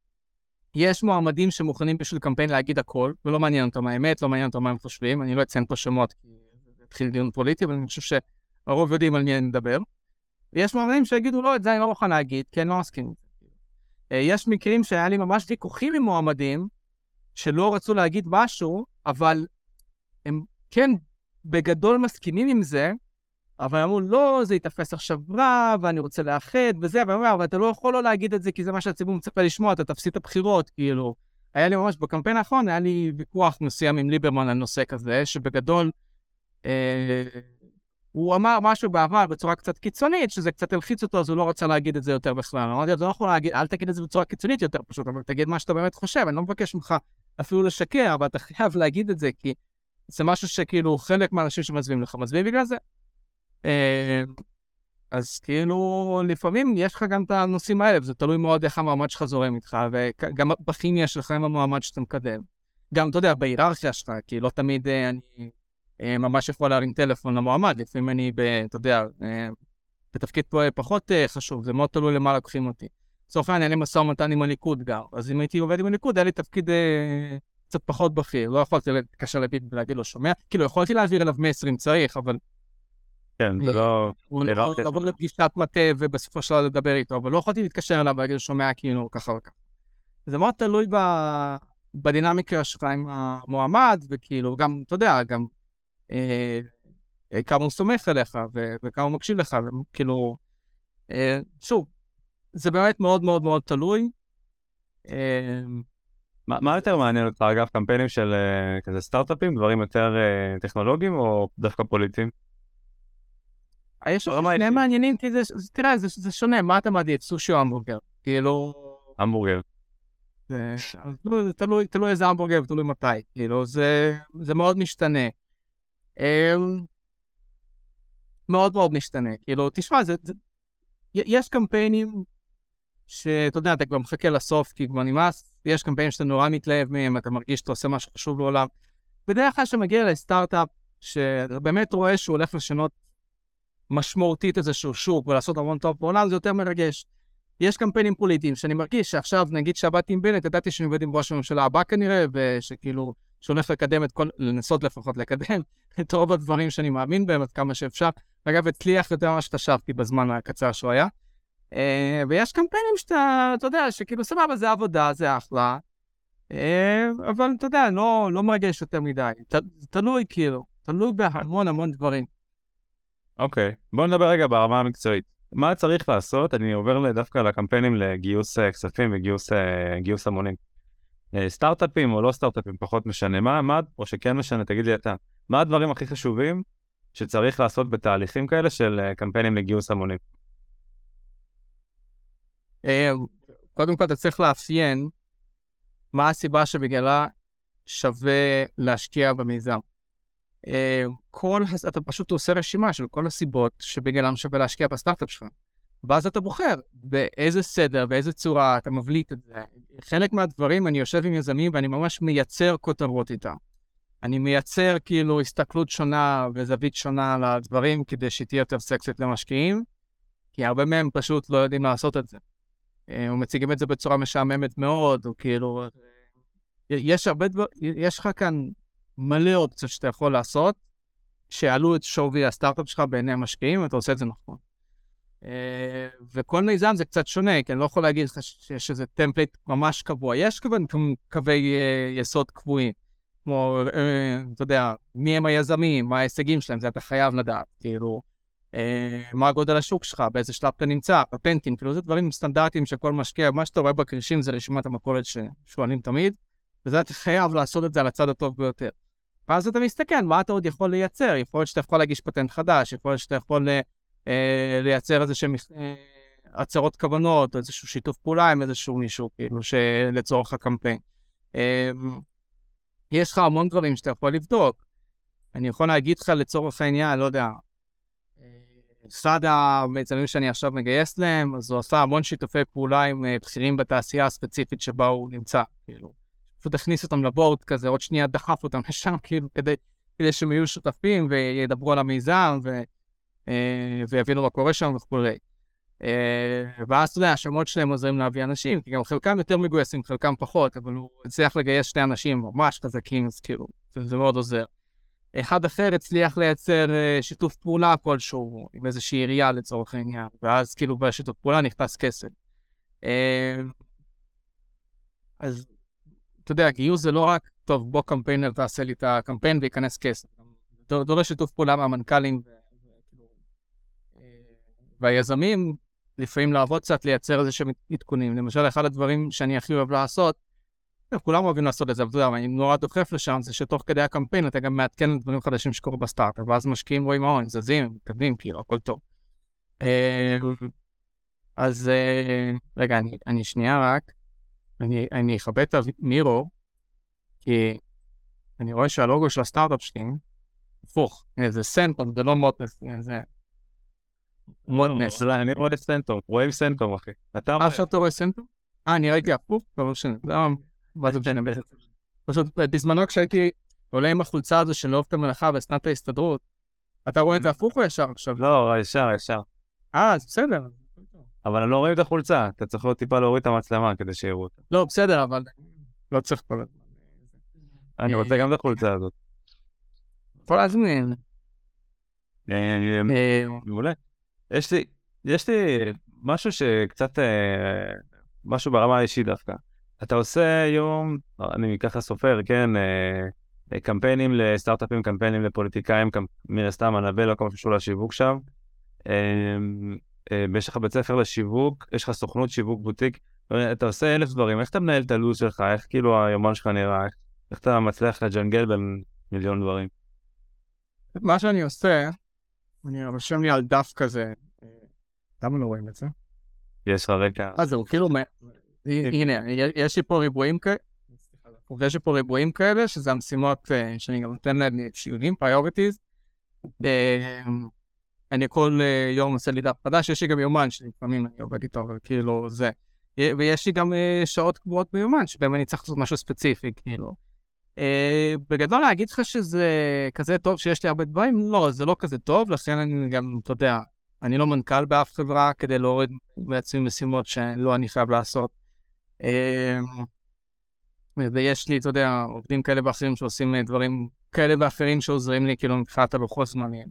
Speaker 3: יש מועמדים שמוכנים בשביל קמפיין להגיד הכל, ולא מעניין אותם האמת, לא מעניין אותם מה הם חושבים. אני לא אציין פה שמות, כי זה התחיל דיון פוליטי, אבל אני חושב שהרוב יודעים על מי אני מדבר. ויש מועמדים שיגידו, לא, את זה אני לא מוכן להגיד, כי אני לא מסכים. יש מקרים שהיה לי ממש ויכוחים עם מועמדים, שלא רצו להגיד משהו, אבל הם כן בגדול מסכימים עם זה, אבל אמרו, לא, זה יתפס עכשיו רע, ואני רוצה לאחד, וזה, ואומר, אבל אתה לא יכול לא להגיד את זה, כי זה מה שהציבור מצפה לשמוע, אתה תפסיד את הבחירות, כאילו. היה לי ממש, בקמפיין האחרון, היה לי ויכוח מסוים עם ליברמן על נושא כזה, שבגדול, אה, הוא אמר משהו בעבר בצורה קצת קיצונית, שזה קצת הלחיץ אותו, אז הוא לא רצה להגיד את זה יותר בכלל. אמרתי, אתה לא יכול להגיד, אל תגיד את זה בצורה קיצונית יותר פשוט, אבל תגיד מה שאתה באמת חושב, אני לא מבקש ממך אפילו לשקר, אבל אתה חייב להגיד את זה, כי זה משהו שכאילו חלק מהאנשים שמצביעים לך, מצביעים בגלל זה. אז כאילו, לפעמים יש לך גם את הנושאים האלה, וזה תלוי מאוד איך המועמד שלך זורם איתך, וגם בכימיה שלך עם המועמד שאתה מקדם. גם, אתה יודע, בהיררכיה שלך, כי לא תמיד אני ממש יכול להרים טלפון למועמד, לפעמים אני, אתה יודע, בתפקיד פה פחות חשוב, זה מאוד תלוי למה לקחים אותי. בסוף אני, אני משא ומתן עם הליכוד גם, אז אם הייתי עובד עם הליכוד, היה לי תפקיד קצת פחות בכיר, לא יכולתי להתקשר לביבי ולהגיד לו שומע, כאילו יכולתי להעביר אליו מסר אם צריך, אבל
Speaker 2: כן, זה לא...
Speaker 3: לעבור לפגישת מטה ובסופו של דבר לדבר איתו, אבל לא יכולתי להתקשר אליו ולהגיד לו שומע כאילו ככה וככה. זה מאוד תלוי בדינמיקה שלך עם המועמד, וכאילו גם, אתה יודע, גם כמה הוא סומך עליך וכמה הוא מקשיב לך, וכאילו, שוב, זה באמת מאוד מאוד מאוד תלוי.
Speaker 2: מה, מה יותר מעניין אותך, אגב, קמפיינים של אה, כזה סטארט-אפים, דברים יותר אה, טכנולוגיים או דווקא פוליטיים?
Speaker 3: יש
Speaker 2: ברמה
Speaker 3: שני
Speaker 2: האישית.
Speaker 3: מעניינים, כי זה, זה- תראה, זה, זה שונה, מה אתה מעדיף, סושי או המבורגר? כאילו,
Speaker 2: המבורגר.
Speaker 3: זה, תלוי, זה תלוי, תלוי איזה המבורגר ותלוי מתי, כאילו, זה, זה מאוד משתנה. אמ, מאוד מאוד משתנה, כאילו, תשמע, זה, זה, יש קמפיינים שאתה יודע, אתה כבר מחכה לסוף, כי כבר נמאס, יש קמפיינים שאתה נורא מתלהב מהם, אתה מרגיש שאתה עושה משהו חשוב לעולם. בדרך כלל שמגיע לסטארט-אפ, שאתה באמת רואה שהוא הולך לשנות משמעותית איזשהו שוק, ולעשות המון טוב בעולם, זה יותר מרגש. יש קמפיינים פוליטיים, שאני מרגיש שעכשיו, נגיד שעבדתי עם בנט, ידעתי שאני עובד עם ראש הממשלה הבא כנראה, ושכאילו, שהולך לקדם את כל, לנסות לפחות לקדם, את רוב הדברים שאני מאמין בהם, עד כמה שאפשר. אגב, הצליח יותר ממה שחשבתי בזמן הקצר שהוא היה. Uh, ויש קמפיינים שאתה, אתה יודע, שכאילו סבבה, זה עבודה, זה אחלה, uh, אבל אתה יודע, לא, לא מרגש יותר מדי. ת, תלוי כאילו, תלוי בהמון המון דברים.
Speaker 2: אוקיי, בואו נדבר רגע ברמה המקצועית. מה צריך לעשות? אני עובר דווקא לקמפיינים לגיוס אה, כספים וגיוס אה, גיוס המונים. אה, סטארט-אפים או לא סטארט-אפים, פחות משנה. מה, מה, או שכן משנה, תגיד לי אתה. מה הדברים הכי חשובים שצריך לעשות בתהליכים כאלה של אה, קמפיינים לגיוס המונים?
Speaker 3: Uh, קודם כל אתה צריך לאפיין מה הסיבה שבגללה שווה להשקיע במיזם. Uh, כל, אתה פשוט עושה רשימה של כל הסיבות שבגללם שווה להשקיע בסטארט-אפ שלך. ואז אתה בוחר באיזה סדר, באיזה צורה אתה מבליט את זה. חלק מהדברים אני יושב עם יזמים ואני ממש מייצר כותרות איתם. אני מייצר כאילו הסתכלות שונה וזווית שונה על הדברים כדי שתהיה יותר סקסית למשקיעים, כי הרבה מהם פשוט לא יודעים לעשות את זה. הם מציגים את זה בצורה משעממת מאוד, או כאילו, יש הרבה דבר, יש לך כאן מלא אופציות שאתה יכול לעשות, שעלו את שווי הסטארט-אפ שלך בעיני המשקיעים, ואתה עושה את זה נכון. וכל מיזם זה קצת שונה, כי אני לא יכול להגיד לך שיש איזה טמפלייט ממש קבוע. יש כמובן קווי יסוד קבועים, כמו, אתה יודע, מי הם היזמים, מה ההישגים שלהם, זה אתה חייב לדעת, כאילו, מה הגודל השוק שלך, באיזה שלב אתה נמצא, פטנטים, כאילו זה דברים סטנדרטיים שכל משקיע, מה שאתה רואה בקרישים זה רשימת המכולת ששואלים תמיד, וזה אתה חייב לעשות את זה על הצד הטוב ביותר. ואז אתה מסתכל, מה אתה עוד יכול לייצר? יכול להיות שאתה יכול להגיש פטנט חדש, יכול להיות שאתה יכול אה, לייצר איזשהם אה, הצהרות כוונות, או איזשהו שיתוף פעולה עם איזשהו מישהו, כאילו, שלצורך הקמפיין. אה, יש לך המון דברים שאתה יכול לבדוק. אני יכול להגיד לך לצורך העניין, לא יודע, אחד המיזמים שאני עכשיו מגייס להם, אז הוא עשה המון שיתופי פעולה עם בכירים בתעשייה הספציפית שבה הוא נמצא, כאילו. פשוט הכניס אותם לבורד כזה, עוד שנייה דחף אותם לשם, כאילו, כדי, כדי שהם יהיו שותפים וידברו על המיזם ו, ויבינו מה קורה שם וכו'. ואז, אתה יודע, השמות שלהם עוזרים להביא אנשים, כי גם חלקם יותר מגויסים, חלקם פחות, אבל הוא הצליח לגייס שני אנשים ממש חזקים, אז כאילו, זה מאוד עוזר. אחד אחר הצליח לייצר שיתוף פעולה כלשהו, עם איזושהי עירייה לצורך העניין, ואז כאילו בשיתוף פעולה נכנס כסף. אז, אתה יודע, גיוס זה לא רק, טוב, בוא קמפיינר תעשה לי את הקמפיין וייכנס כסף. זה דורש שיתוף פעולה מהמנכ"לים והיזמים, לפעמים לעבוד קצת, לייצר איזה שהם עדכונים. למשל, אחד הדברים שאני הכי אוהב לעשות, כולם אוהבים לעשות את זה, אבל אתה יודע, אני נורא דוחף לשם, זה שתוך כדי הקמפיין אתה גם מעדכן את דברים חדשים שקורו בסטארט-אפ, ואז משקיעים רואים ההון, זזים, מתקדמים, כאילו, הכל טוב. אז רגע, אני, אני שנייה רק, אני, אני אכבד את מירו, כי אני רואה שהלוגו של הסטארט-אפ שלי, הפוך, זה סנטום, זה לא מוטנס, זה מוטנס.
Speaker 2: אני רואה סנטום, רואים סנטום, אחי.
Speaker 3: אה, עכשיו אתה רואה סנטום? אה, אני ראיתי הפוך, אבל שני, זה היה... מה זה משנה? פשוט בזמנו כשהייתי עולה עם החולצה הזו של אוהב את המלאכה וסנת ההסתדרות, אתה רואה את זה הפוך או ישר עכשיו?
Speaker 2: לא, ישר, ישר.
Speaker 3: אה, אז בסדר.
Speaker 2: אבל אני לא רואים את החולצה, אתה צריך להיות טיפה להוריד את המצלמה כדי שיראו אותה.
Speaker 3: לא, בסדר, אבל לא צריך כל הזמן.
Speaker 2: אני רוצה גם את החולצה הזאת.
Speaker 3: יכול להזמין.
Speaker 2: מעולה. יש לי, יש לי משהו שקצת, משהו ברמה האישית דווקא. אתה עושה היום, אני ככה סופר, כן, קמפיינים לסטארט-אפים, קמפיינים לפוליטיקאים, מן הסתם הנבל או כמו שקשור לשיווק שם. יש לך בית ספר לשיווק, יש לך סוכנות שיווק בוטיק, אתה עושה אלף דברים, איך אתה מנהל את הלו"ז שלך, איך כאילו היומן שלך נראה, איך, איך אתה מצליח לג'נגל בין מיליון דברים?
Speaker 3: מה שאני עושה, אני רושם לי על דף כזה, למה לא רואים את זה?
Speaker 2: יש לך רקע.
Speaker 3: אז זהו, כאילו, הנה, יש לי פה ריבועים כאלה, יש לי פה ריבועים כאלה, שזה המשימות שאני גם נותן להם ציונים, priorities. אני כל יום עושה לי דף חדש, יש לי גם יומן שלפעמים אני עובד איתו, אבל כאילו זה. ויש לי גם שעות קבועות ביומן, שבהם אני צריך לעשות משהו ספציפי, כאילו. בגדול להגיד לך שזה כזה טוב שיש לי הרבה דברים? לא, זה לא כזה טוב, לכן אני גם, אתה יודע, אני לא מנכ"ל באף חברה כדי להוריד בעצמי משימות שלא אני חייב לעשות. ויש לי, אתה יודע, עובדים כאלה ואחרים שעושים דברים כאלה ואחרים שעוזרים לי, כאילו, מבחינת הלוחות זמנים.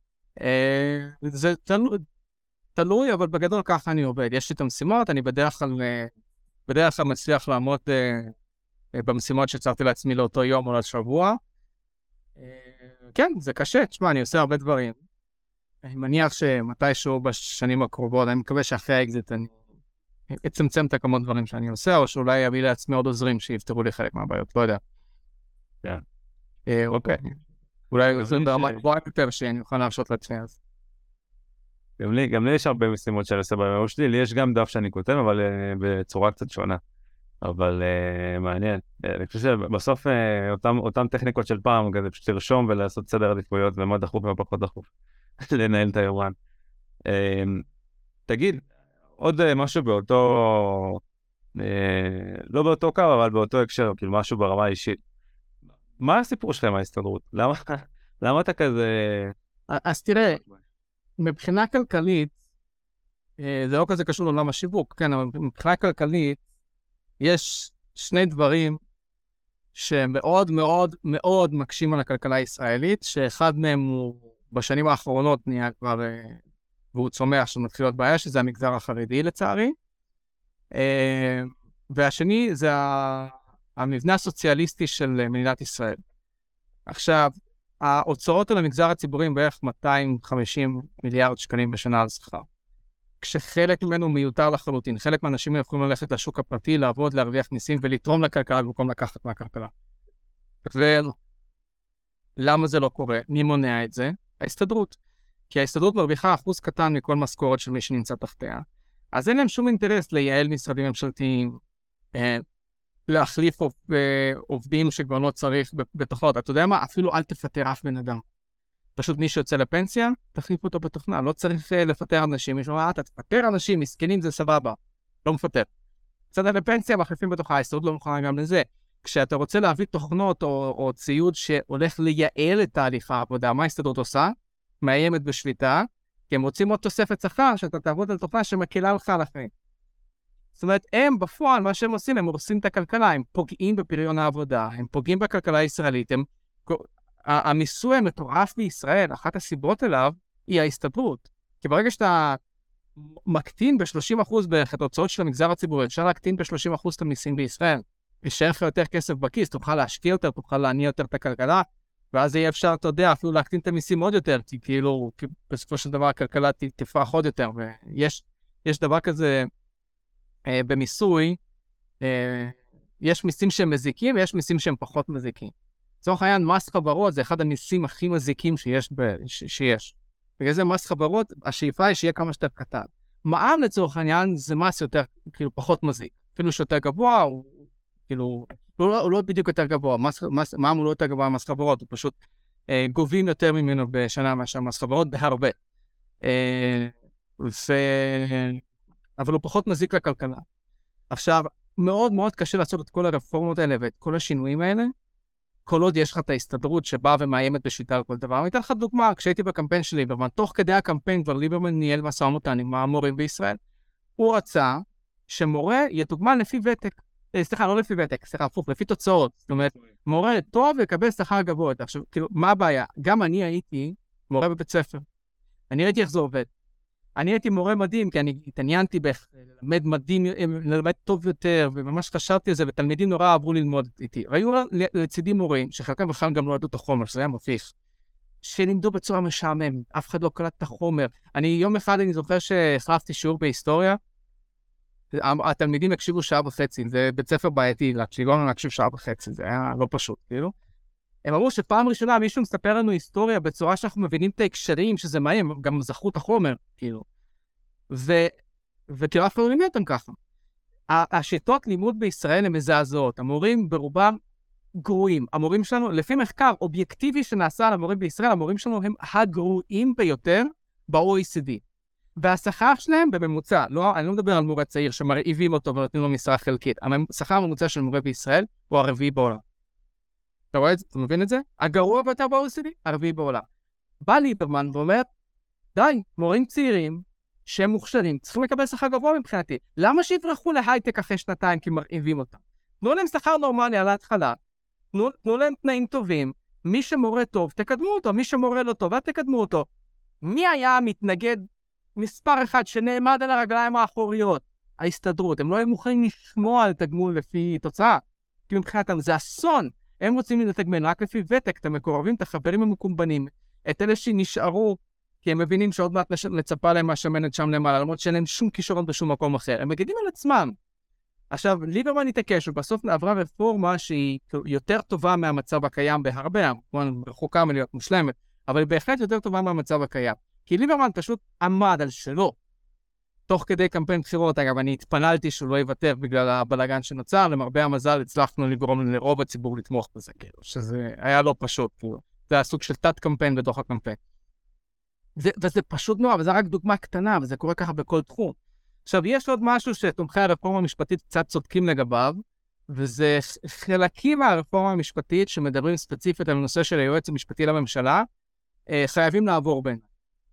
Speaker 3: זה תלוי, אבל בגדול ככה אני עובד. יש לי את המשימות, אני בדרך כלל, בדרך כלל מצליח לעמוד במשימות שצרתי לעצמי לאותו יום או לשבוע. כן, זה קשה, תשמע, אני עושה הרבה דברים. אני מניח שמתישהו בשנים הקרובות, אני מקווה שאחרי האקזיט אני אצמצם את הכמות דברים שאני עושה, או שאולי אביא לעצמי עוד עוזרים שיפתרו לי חלק מהבעיות, לא יודע.
Speaker 2: כן.
Speaker 3: אוקיי. אולי זה ברמה גבוהה יותר שאני אוכל להרשות לעצמי אז.
Speaker 2: גם לי, גם לי יש הרבה משימות שאני עושה ביום שלי, לי יש גם דף שאני כותב, אבל uh, בצורה קצת שונה. אבל uh, מעניין. אני חושב שבסוף uh, אותם, אותם טכניקות של פעם, כזה פשוט לרשום ולעשות סדר עדיפויות, ומה דחוף ומה פחות דחוף, לנהל את היומן. Uh, תגיד, עוד uh, משהו באותו, uh, לא באותו קו, אבל באותו הקשר, כאילו משהו ברמה האישית. מה הסיפור שלכם מההסתדרות? למה, למה אתה כזה...
Speaker 3: אז תראה, מבחינה כלכלית, זה לא כזה קשור לעולם השיווק, כן, אבל מבחינה כלכלית, יש שני דברים שמאוד מאוד מאוד מקשים על הכלכלה הישראלית, שאחד מהם הוא בשנים האחרונות נהיה כבר, והוא צומח שמתחיל להיות בעיה, שזה המגזר החרדי לצערי, והשני זה המבנה הסוציאליסטי של מדינת ישראל. עכשיו, ההוצאות על המגזר הציבורי הם בערך מאתיים וחמישים מיליארד שקלים בשנה על שכר. כשחלק ממנו מיותר לחלוטין, חלק מהאנשים יכולים ללכת לשוק הפרטי, לעבוד, להרוויח מיסים ולתרום לכלכלה במקום לקחת מהכלכלה. ולמה זה לא קורה? מי מונע את זה? ההסתדרות. כי ההסתדרות מרוויחה אחוז קטן מכל משכורת של מי שנמצא תחתיה. אז אין להם שום אינטרס לייעל משרדים ממשלתיים, להחליף עובדים שכבר לא צריך בתוכנות. אתה יודע מה? אפילו אל תפטר אף בן אדם. פשוט מי שיוצא לפנסיה, תחליף אותו בתוכנה. לא צריך לפטר אנשים. מישהו אומר, אתה תפטר אנשים, מסכנים זה סבבה. לא מפטר. קצת לפנסיה, מחליפים בתוכה. ההסתדרות לא מוכנה גם לזה. כשאתה רוצה להביא תוכנות או, או ציוד שהולך לייעל את תהליך העבודה, מה ההסתדרות עושה? מאיימת בשביתה, כי הם רוצים עוד תוספת שכר, שאתה תעבוד על תוכנה שמקלה לך על החיים. זאת אומרת, הם בפועל, מה שהם עושים, הם הורסים את הכלכלה, הם פוגעים בפריון העבודה, הם פוגעים בכלכלה הישראלית, הם... המיסוי המטורף בישראל, אחת הסיבות אליו, היא ההסתדרות. כי ברגע שאתה מקטין ב-שלושים אחוז בערך את ההוצאות של המגזר הציבורי, אפשר להקטין ב-שלושים אחוז את המיסים בישראל, יישאר לך יותר כסף בכיס, תוכל להשקיע יותר, תוכל להניע יותר את הכלכלה, ואז יהיה אפשר, אתה יודע, אפילו להקטין את המיסים עוד יותר, כי כאילו, כי בסופו של דבר הכלכלה תפרח עוד יותר, ויש יש דבר כזה אה, במיסוי, אה, יש מיסים שהם מזיקים, ויש מיסים שהם פחות מזיקים. לצורך העניין, מס חברות זה אחד המיסים הכי מזיקים שיש. ב, ש, שיש. בגלל זה מס חברות, השאיפה היא שיהיה כמה שיותר קטן. מע"מ לצורך העניין זה מס יותר, כאילו, פחות מזיק. אפילו שיותר גבוה, הוא, כאילו, הוא לא, הוא לא בדיוק יותר גבוה. מס, מס, מע"מ הוא לא יותר גבוה מס חברות, הוא פשוט אה, גובים יותר ממנו בשנה מאשר מס חברות, בהרבה. אה, ו... אבל הוא פחות מזיק לכלכלה. עכשיו, מאוד מאוד קשה לעשות את כל הרפורמות האלה ואת כל השינויים האלה, כל עוד יש לך את ההסתדרות שבאה ומאיימת בשליטה על כל דבר. אני אתן לך דוגמה, כשהייתי בקמפיין של ליברמן, תוך כדי הקמפיין כבר ליברמן ניהל משא ומתן עם המורים בישראל, הוא רצה שמורה יתוגמל לפי ותק. סליחה, לא לפי ותק, סליחה, הפוך, לפי תוצאות. זאת אומרת, מורה טוב יקבל שכר גבוה. עכשיו, כאילו, מה הבעיה? גם אני הייתי מורה בבית ספר. אני ראיתי איך זה עובד. אני הייתי מורה מדהים, כי אני התעניינתי בלמד מדהים, ללמד טוב יותר, וממש חשבתי על זה, ותלמידים נורא עברו ללמוד איתי. והיו לצידי מורים, שחלקם בכלל גם לא ידעו את החומר, שזה היה מביך, שלימדו בצורה משעמם, אף אחד לא קלט את החומר. אני, יום אחד אני זוכר שהחלפתי שיעור בהיסטוריה, התלמידים יקשיבו שעה וחצי, זה בית ספר בעייתי, לא להקשיב שעה וחצי, זה היה לא פשוט, כאילו. הם אמרו שפעם ראשונה מישהו מספר לנו היסטוריה בצורה שאנחנו מבינים את ההקשרים, שזה מה הם, גם זכו את החומר, כאילו. וכאילו אף אחד לא לימד אותם ככה. השיטות לימוד בישראל הן מזעזעות, המורים ברובם גרועים. המורים שלנו, לפי מחקר אובייקטיבי שנעשה על המורים בישראל, המורים שלנו הם הגרועים ביותר ב-או אי סי די. והשכר שלהם בממוצע, לא, אני לא מדבר על מורה צעיר שמרעיבים אותו ונותנים לו משרה חלקית, השכר הממוצע של מורה בישראל הוא הרביעי בעולם. אתה רואה את זה? אתה מבין את זה? הגרוע ביותר ב-או אי סי די, הרביעי בעולם. בא ליברמן ואומר, די, מורים צעירים שהם מוכשרים, צריכים לקבל שכר גבוה מבחינתי. למה שיברחו להייטק אחרי שנתיים כי מרעיבים אותם? תנו להם שכר נורמלי על ההתחלה, תנו, תנו להם תנאים טובים, מי שמורה טוב, תקדמו אותו, מי שמורה לא טוב, תקדמו אותו. מי היה המתנגד מספר אחד שנעמד על הרגליים האחוריות? ההסתדרות. הם לא היו מוכנים לשמוע על תגמול לפי תוצאה. כי מבחינתם זה אסון. הם רוצים לתגמל רק לפי ותק, את המקורבים, את החברים המקומבנים, את אלה שנשארו, כי הם מבינים שעוד מעט לצפה להם מהשמנת שם למעלה, למרות שאין להם שום כישרון בשום מקום אחר. הם מגידים על עצמם. עכשיו, ליברמן התעקש, ובסוף עברה רפורמה שהיא יותר טובה מהמצב הקיים בהרבה, רחוקה מלהיות מושלמת, אבל היא בהחלט יותר טובה מהמצב הקיים. כי ליברמן פשוט עמד על שלו. תוך כדי קמפיין בחירות, אגב, אני התפנלתי שהוא לא יוותר בגלל הבלגן שנוצר, למרבה המזל הצלחנו לגרום לרוב הציבור לתמוך בזה, כאילו, שזה היה לא פשוט, כאילו. זה היה סוג של תת קמפיין בתוך הקמפיין. זה, וזה פשוט נורא, וזה רק דוגמה קטנה, וזה קורה ככה בכל תחום. עכשיו, יש עוד משהו שתומכי הרפורמה המשפטית קצת צודקים לגביו, וזה חלקים מהרפורמה המשפטית שמדברים ספציפית על הנושא של היועץ המשפטי לממשלה, חייבים לעבור בין.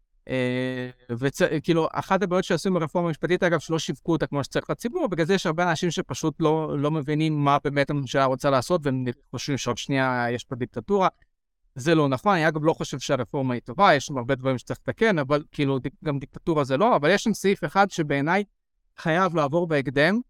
Speaker 3: וכאילו, אחת הבעיות שעשו עם הרפורמה המשפטית, אגב, שלא שיווקו אותה כמו שצריך לציבור, בגלל זה יש הרבה אנשים שפשוט לא, לא מבינים מה באמת הממשלה רוצה לעשות, והם חושבים שעוד שנייה יש פה דיקטטורה. זה לא נכון, אני אגב לא חושב שהרפורמה היא טובה, יש שם הרבה דברים שצריך לתקן, אבל כאילו גם דיקטטורה זה לא, אבל יש שם סעיף אחד שבעיניי חייב לעבור בהקדם,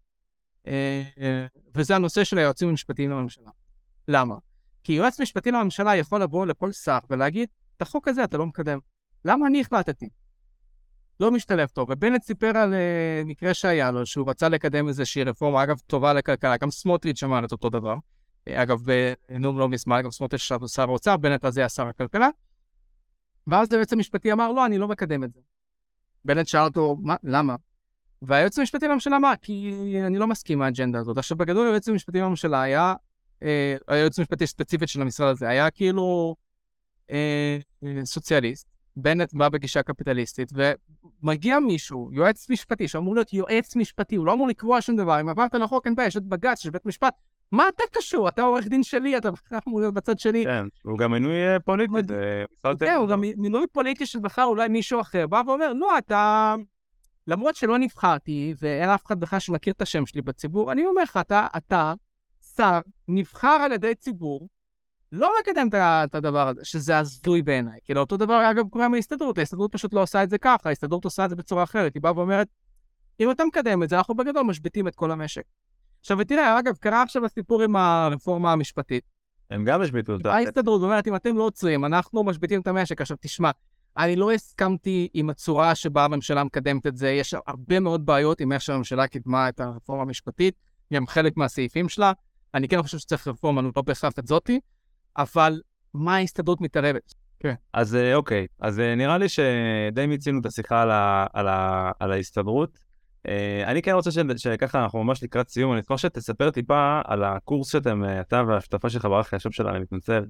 Speaker 3: וזה הנושא של היועצים המשפטיים לממשלה. למה? כי יועץ משפטי לממשלה יכול לבוא לכל שר ולהגיד, את החוק הזה אתה לא מקדם. למה אני החלטתי? לא משתלב טוב. ובנט סיפר על uh, מקרה שהיה לו, שהוא רצה לקדם איזושהי רפורמה, אגב, טובה לכלכלה, גם סמוטריץ' שמע את אותו דבר. אגב, בנאום לא מזמן, גם סמוטריץ' שר האוצר, בנט הזה היה שר הכלכלה. ואז היועץ המשפטי אמר, לא, אני לא מקדם את זה. בנט שאל אותו, מה? למה? והיועץ המשפטי לממשלה אמר, כי אני לא מסכים מהאג'נדה הזאת. עכשיו, בגדול, היועץ המשפטי לממשלה היה, אה, היועץ המשפטי ספציפית של המשרד הזה, היה כאילו אה, סוציאליסט. בנט בא בגישה קפיטליסטית, ומגיע מישהו, יועץ משפטי, שאמור להיות יועץ משפטי, הוא לא אמור לקבוע שום דבר, אם עברת לחוק, אין בעיה, יש את בג"ץ, יש בית משפט, מה אתה קשור? אתה עורך דין שלי, אתה אמור להיות בצד שלי.
Speaker 2: כן, הוא גם מינוי פוליטי.
Speaker 3: כן, הוא גם מינוי פוליטי של בחר אולי מישהו אחר, בא ואומר, לא, אתה, למרות שלא נבחרתי, ואין אף אחד בכלל שמכיר את השם שלי בציבור, אני אומר לך, אתה, אתה, שר, נבחר על ידי ציבור, לא מקדם את הדבר הזה, שזה הזוי בעיניי. כאילו, אותו דבר, אגב, קורה מההסתדרות. ההסתדרות פשוט לא עושה את זה ככה, ההסתדרות עושה את זה בצורה אחרת. היא באה ואומרת, אם אתה מקדם את זה, אנחנו בגדול משביתים את כל המשק. עכשיו, ותראה, אגב, קרה עכשיו הסיפור עם הרפורמה המשפטית.
Speaker 2: הם גם משביתו אותה.
Speaker 3: ההסתדרות אומרת, אם אתם לא עוצרים, אנחנו משביתים את המשק. עכשיו, תשמע, אני לא הסכמתי עם הצורה שבה הממשלה מקדמת את זה. יש הרבה מאוד בעיות עם איך שהממשלה קידמה את הרפורמה המשפטית, גם חלק מהסעיפים שלה. אני כן חושב שצריך רפורמה, לא בהכרח את זאתי. אבל מה ההסתדרות מתערבת?
Speaker 2: כן. אז אוקיי, אז נראה לי שדי מיצינו את השיחה על, ה, על, ה, על ההסתדרות. אני כן רוצה ש, שככה אנחנו ממש לקראת סיום, אני אשמח שתספר טיפה על הקורס שאתם, אתה והשותפה שלך ברח השם שלה, אני מתנצל,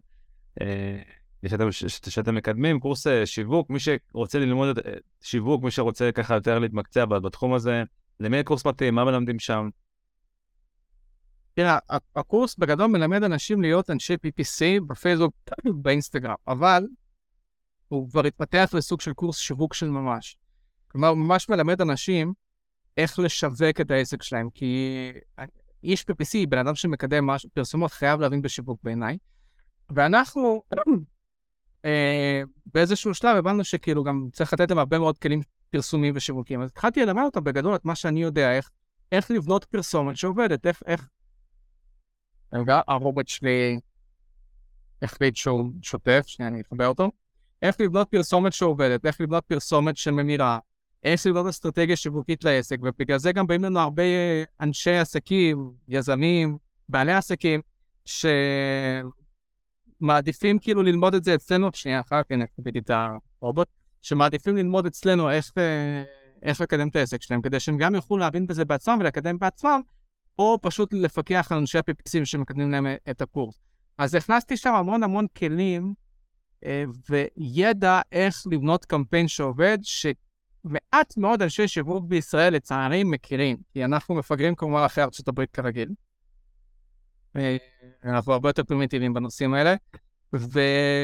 Speaker 2: שאתם, שאתם מקדמים, קורס שיווק, מי שרוצה ללמוד שיווק, מי שרוצה ככה יותר להתמקצע בתחום הזה, למי הקורס מתאים, מה מלמדים שם?
Speaker 3: תראה, הקורס בגדול מלמד אנשים להיות אנשי פי פי סי בפייסבוק, באינסטגרם, אבל הוא כבר התפתח לסוג של קורס שיווק של ממש. כלומר, הוא ממש מלמד אנשים איך לשווק את העסק שלהם, כי איש פי פי סי, בן אדם שמקדם משהו, פרסומות, חייב להבין בשיווק בעיניי, ואנחנו אה, באיזשהו שלב הבנו שכאילו גם צריך לתת להם הרבה מאוד כלים פרסומיים ושיווקים, אז התחלתי ללמד אותם בגדול את מה שאני יודע, איך, איך לבנות פרסומת שעובדת, איך, איך רגע, הרובוט שלי החליט שהוא שוטף, שנייה, אני אחבר אותו. איך לבנות פרסומת שעובדת, איך לבנות פרסומת שממירה, איך לבנות אסטרטגיה שיווקית לעסק, ובגלל זה גם באים לנו הרבה אנשי עסקים, יזמים, בעלי עסקים, שמעדיפים כאילו ללמוד את זה אצלנו, שנייה אחר כך נקביל את הרובוט, שמעדיפים ללמוד אצלנו איך, איך לקדם את העסק שלהם, כדי שהם גם יוכלו להבין בזה בעצמם ולקדם בעצמם, או פשוט לפקח על אנשי הפיפסים שמקדמים להם את הקורס. אז הכנסתי שם המון המון כלים, וידע איך לבנות קמפיין שעובד, שמעט מאוד אנשי שיווק בישראל לצערי מכירים, כי אנחנו מפגרים כמובן אחרי ארצות הברית כרגיל. אנחנו הרבה יותר פרימיטיביים בנושאים האלה, ו...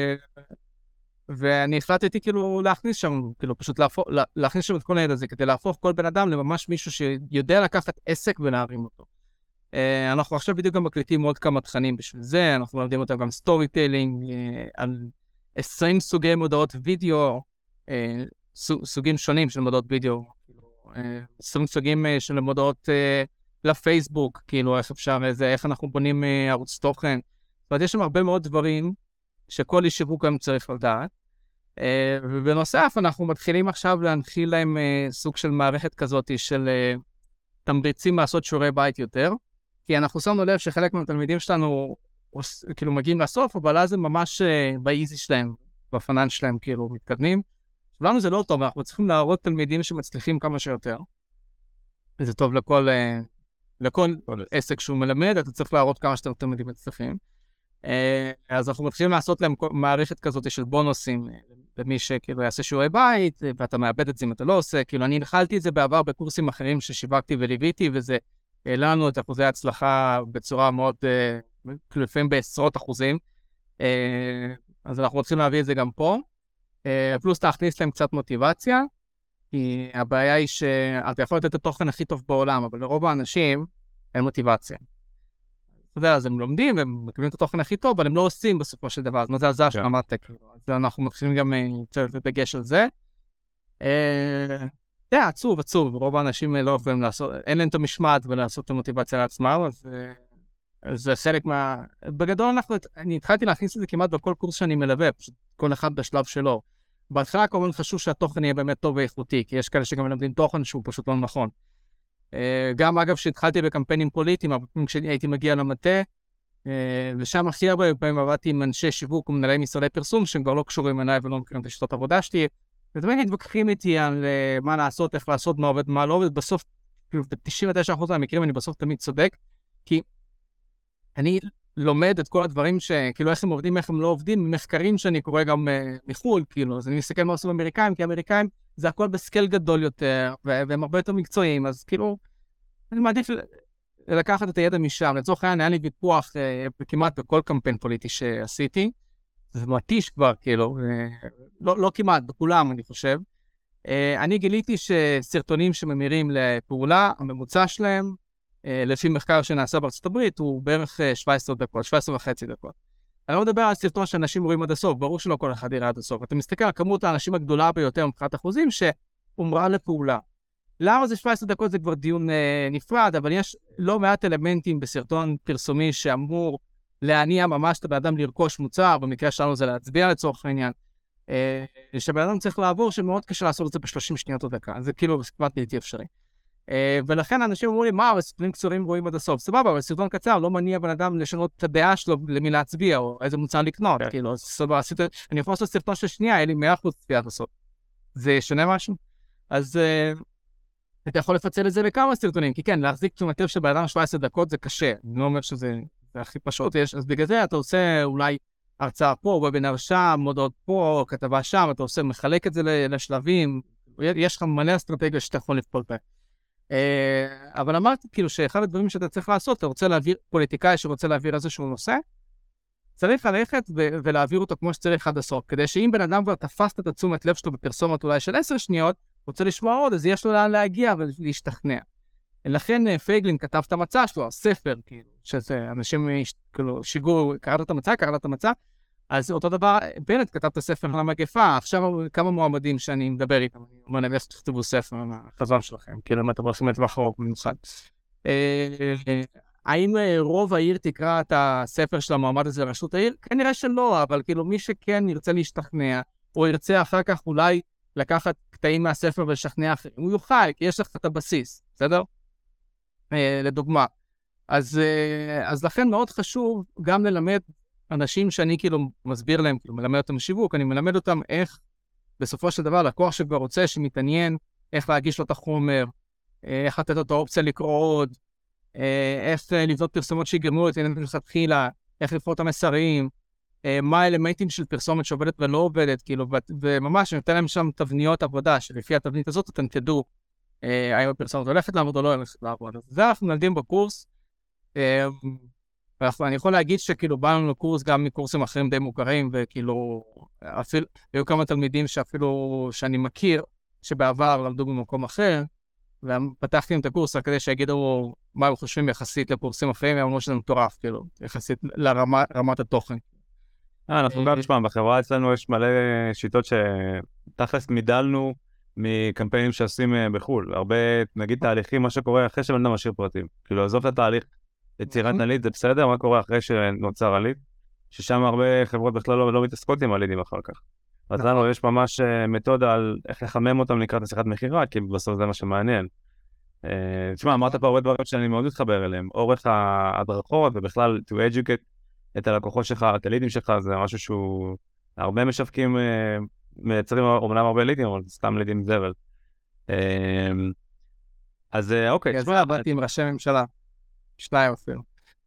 Speaker 3: ואני החלטתי כאילו להכניס שם, כאילו פשוט להפוך, להכניס שם את כל הידע הזה, כדי להפוך כל בן אדם לממש מישהו שיודע לקחת עסק ולהרים אותו. אנחנו עכשיו בדיוק גם מקליטים עוד כמה תכנים בשביל זה, אנחנו לומדים אותם גם סטורי טיילינג, על עשרים סוגי מודעות וידאו, סוגים שונים של מודעות וידאו, עשרים סוגים של מודעות לפייסבוק, כאילו איך אפשר, איך אנחנו בונים ערוץ תוכן. זאת אומרת, יש שם הרבה מאוד דברים שכל איש שיווק גם צריך לדעת. ובנוסף, אנחנו מתחילים עכשיו להנחיל להם סוג של מערכת כזאת של תמריצים לעשות שיעורי בית יותר, כי אנחנו שמנו לב שחלק מהתלמידים שלנו כאילו מגיעים לסוף, אבל אז הם ממש באיזי שלהם, בפנן שלהם כאילו מתקדמים. לנו זה לא טוב, אנחנו צריכים להראות תלמידים שמצליחים כמה שיותר. וזה טוב לכל, לכל עסק שהוא מלמד, אתה צריך להראות כמה שאתם תלמידים מצליחים. אז אנחנו מתחילים לעשות להם מערכת כזאת של בונוסים, למי שכאילו יעשה שיעורי בית, ואתה מאבד את זה אם אתה לא עושה. כאילו אני הנחלתי את זה בעבר בקורסים אחרים ששיווקתי וליוויתי, וזה העלה לנו את אחוזי ההצלחה בצורה מאוד, כאילו לפעמים בעשרות אחוזים. אז אנחנו רוצים להביא את זה גם פה. פלוס להכניס להם קצת מוטיבציה, כי הבעיה היא שאתה יכול לתת את התוכן הכי טוב בעולם, אבל לרוב האנשים אין מוטיבציה. אתה יודע, אז הם לומדים, הם מקבלים את התוכן הכי טוב, אבל הם לא עושים בסופו של דבר, אז מה זה הזר של המטק. אז אנחנו מתחילים גם קצת לדגש על זה. זה עצוב, עצוב, רוב האנשים לא יכולים לעשות, אין להם את המשמעת ולעשות את המוטיבציה לעצמם, אז זה חלק מה... בגדול אנחנו, אני התחלתי להכניס את זה כמעט בכל קורס שאני מלווה, פשוט כל אחד בשלב שלו. בהתחלה כמובן חשוב שהתוכן יהיה באמת טוב ואיכותי, כי יש כאלה שגם מלמדים תוכן שהוא פשוט לא נכון. גם אגב שהתחלתי בקמפיינים פוליטיים, כשהייתי מגיע למטה, ושם הכי הרבה פעמים עבדתי עם אנשי שיווק ומנהלי משרדי פרסום, שהם כבר לא קשורים אליי ולא מכירים את השיטות עבודה שלי, ותמיד התווכחים איתי על מה לעשות, איך לעשות, מה עובד, מה לא עובד, בסוף, ב-תשעים ותשעה אחוז מהמקרים אני בסוף תמיד צודק, כי אני לומד את כל הדברים שכאילו איך הם עובדים, איך הם לא עובדים, ממחקרים שאני קורא גם מחול, כאילו, אז אני מסתכל מה עושים אמריקאים, כי אמריקאים זה הכל בסקל גדול יותר, והם הרבה יותר מקצועיים, אז כאילו, אני מעדיף לקחת את הידע משם. לצורך העניין, היה לי ויכוח כמעט בכל קמפיין פוליטי שעשיתי, זה מתיש כבר, כאילו, לא, לא כמעט, בכולם, אני חושב. אני גיליתי שסרטונים שממירים לפעולה, הממוצע שלהם, לפי מחקר שנעשה בארצות הברית, הוא בערך שבע עשרה דקות, שבע עשרה וחצי דקות. אני לא מדבר על סרטון שאנשים רואים עד הסוף, ברור שלא כל אחד יראה עד הסוף. אתה מסתכל על כמות האנשים הגדולה ביותר מבחינת אחוזים שאומרה לפעולה. למה זה שבע עשרה דקות? זה כבר דיון אה, נפרד, אבל יש לא מעט אלמנטים בסרטון פרסומי שאמור להניע ממש את הבן אדם לרכוש מוצר, במקרה שלנו זה להצביע לצורך העניין, אה, שבן אדם צריך לעבור שמאוד קשה לעשות את זה ב-שלושים שניות או דקה, זה כאילו כמעט בלתי אפשרי. Uh, ולכן אנשים אומרים לי, מה, בסרטונים קצרים רואים עד הסוף. סבבה, אבל סרטון קצר לא מניע בן אדם לשנות את הדעה שלו למי להצביע, או איזה מוצר לקנות, okay. כאילו, סבבה, אני יכול לעשות סרטון של שנייה, היה לי מאה אחוז צפייה עד הסוף. זה ישנה משהו? אז uh, אתה יכול לפצל את זה לכמה סרטונים, כי כן, להחזיק תשומת לב של בן אדם שבע עשרה דקות זה קשה, אני לא אומר שזה הכי פשוט, יש, אז בגלל זה אתה עושה אולי הרצאה פה, וובינר שם, מודעות פה, כתבה שם, אתה עושה, מחלק את זה לשלבים, יש לך מלא אסטרטגיה שאתה יכול לפעול בהם. אבל אמרתי כאילו שאחד הדברים שאתה צריך לעשות, אתה רוצה להעביר פוליטיקאי שרוצה להעביר איזשהו נושא, צריך ללכת ו- ולהעביר אותו כמו שצריך עד הסוף, כדי שאם בן אדם כבר תפסת את התשומת לב שלו בפרסומת אולי של עשר שניות, רוצה לשמוע עוד, אז יש לו לאן להגיע ולהשתכנע. לכן פייגלין כתב את המצע שלו, הספר, כאילו, שזה אנשים כאילו שיגעו, קראת את המצע, קראת את המצע, אז אותו דבר, בנט כתב את הספר על המגפה, עכשיו כמה מועמדים שאני מדבר איתם, אני אומר להם, יש תכתבו ספר על החזון שלכם, כאילו אם אתם רוצים לטווח ארוך במיוחד. האם רוב העיר תקרא את הספר של המועמד הזה לראשות העיר? כנראה שלא, אבל כאילו מי שכן ירצה להשתכנע, או ירצה אחר כך אולי לקחת קטעים מהספר ולשכנע אחרים. הוא יוכל, כי יש לך את הבסיס, בסדר? אה, לדוגמה. אז, אה, אז לכן מאוד חשוב גם ללמד אנשים שאני כאילו מסביר להם, כאילו מלמד אותם שיווק, אני מלמד אותם איך בסופו של דבר לקוח שכבר רוצה, שמתעניין, איך להגיש לו את החומר, איך לתת לו את האופציה לקרוא עוד, איך לבנות פרסומות שיגרמו את העניין מלכתחילה, איך לבחור את המסרים, מה האלמנטים של פרסומת שעובדת ולא עובדת, כאילו, וממש אני נותן להם שם תבניות עבודה, שלפי התבנית הזאת אתם תדעו האם הפרסומת הולכת לעבוד או לא הולכת לעבוד. אז זה אנחנו מלמדים בקורס, ואני יכול להגיד שכאילו באנו לקורס גם מקורסים אחרים די מוכרים, וכאילו אפילו, היו כמה תלמידים שאפילו שאני מכיר, שבעבר למדו במקום אחר, ופתחתי עם את הקורס רק כדי שיגידו מה הם חושבים יחסית לקורסים אחרים, הם אמרו שזה מטורף, כאילו, יחסית לרמת התוכן.
Speaker 2: אה, אנחנו גם נשמע, בחברה אצלנו יש מלא שיטות שתכלס מידלנו מקמפיינים שעושים בחול. הרבה, נגיד תהליכים, מה שקורה אחרי שבן אדם משאיר פרטים. כאילו, עזוב את התהליך יצירת הליד, זה בסדר, מה קורה אחרי שנוצר הליד? ששם הרבה חברות בכלל לא, לא מתעסקות עם הלידים אחר כך. אז לנו יש ממש מתודה על איך לחמם אותם לקראת השיחת מחירה, כי בסוף זה מה שמעניין. תשמע, אמרת פה הרבה דברים שאני מאוד מתחבר אליהם. אורך ההדרכות ובכלל to educate את הלקוחות שלך, את הלידים שלך, זה משהו שהוא... הרבה משווקים מייצרים אומנם הרבה לידים, אבל סתם לידים זבל. אז אוקיי.
Speaker 3: תשמע, באתי עם ראשי ממשלה. שניים אפילו.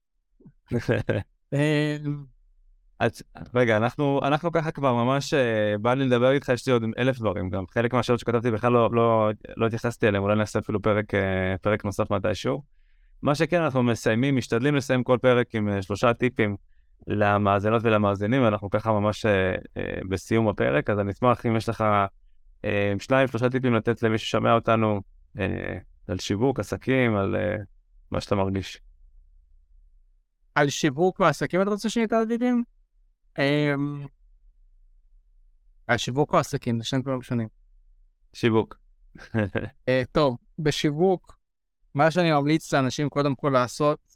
Speaker 2: אז רגע, אנחנו, אנחנו ככה כבר ממש בא לי לדבר איתך, יש לי עוד אלף דברים גם. חלק מהשאלות שכתבתי בכלל לא, לא, לא התייחסתי אליהם, אולי נעשה אפילו פרק, פרק נוסף מתישהו. מה שכן, אנחנו מסיימים, משתדלים לסיים כל פרק עם שלושה טיפים למאזינות ולמאזינים, ואנחנו ככה ממש בסיום הפרק, אז אני אשמח אם יש לך שניים, שלושה טיפים לתת למי ששמע אותנו על שיווק, עסקים, על מה שאתה מרגיש.
Speaker 3: על שיווק ועסקים, אתה רוצה שניתן טיפים? על שיווק או עסקים, זה שני דברים שונים.
Speaker 2: שיווק.
Speaker 3: טוב, בשיווק, מה שאני ממליץ לאנשים קודם כל לעשות,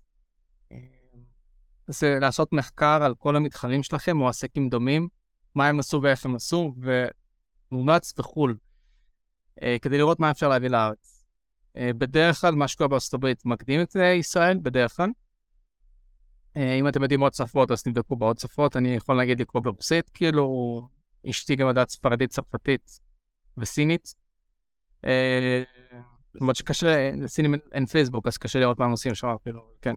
Speaker 3: זה לעשות מחקר על כל המתחרים שלכם או עסקים דומים, מה הם עשו ואיך הם עשו, ומומלץ בחול, כדי לראות מה אפשר להביא לארץ. בדרך כלל, מה שקורה בארצות הברית מקדים את ישראל, בדרך כלל. אם אתם יודעים עוד שפות, אז תבדקו בעוד שפות. אני יכול להגיד לקרוא ברוסית, כאילו, אשתי גם יודעת ספרדית, צרפתית וסינית. למרות שקשה, לסינים אין פייסבוק, אז קשה לראות מה הם עושים שם, כאילו, כן.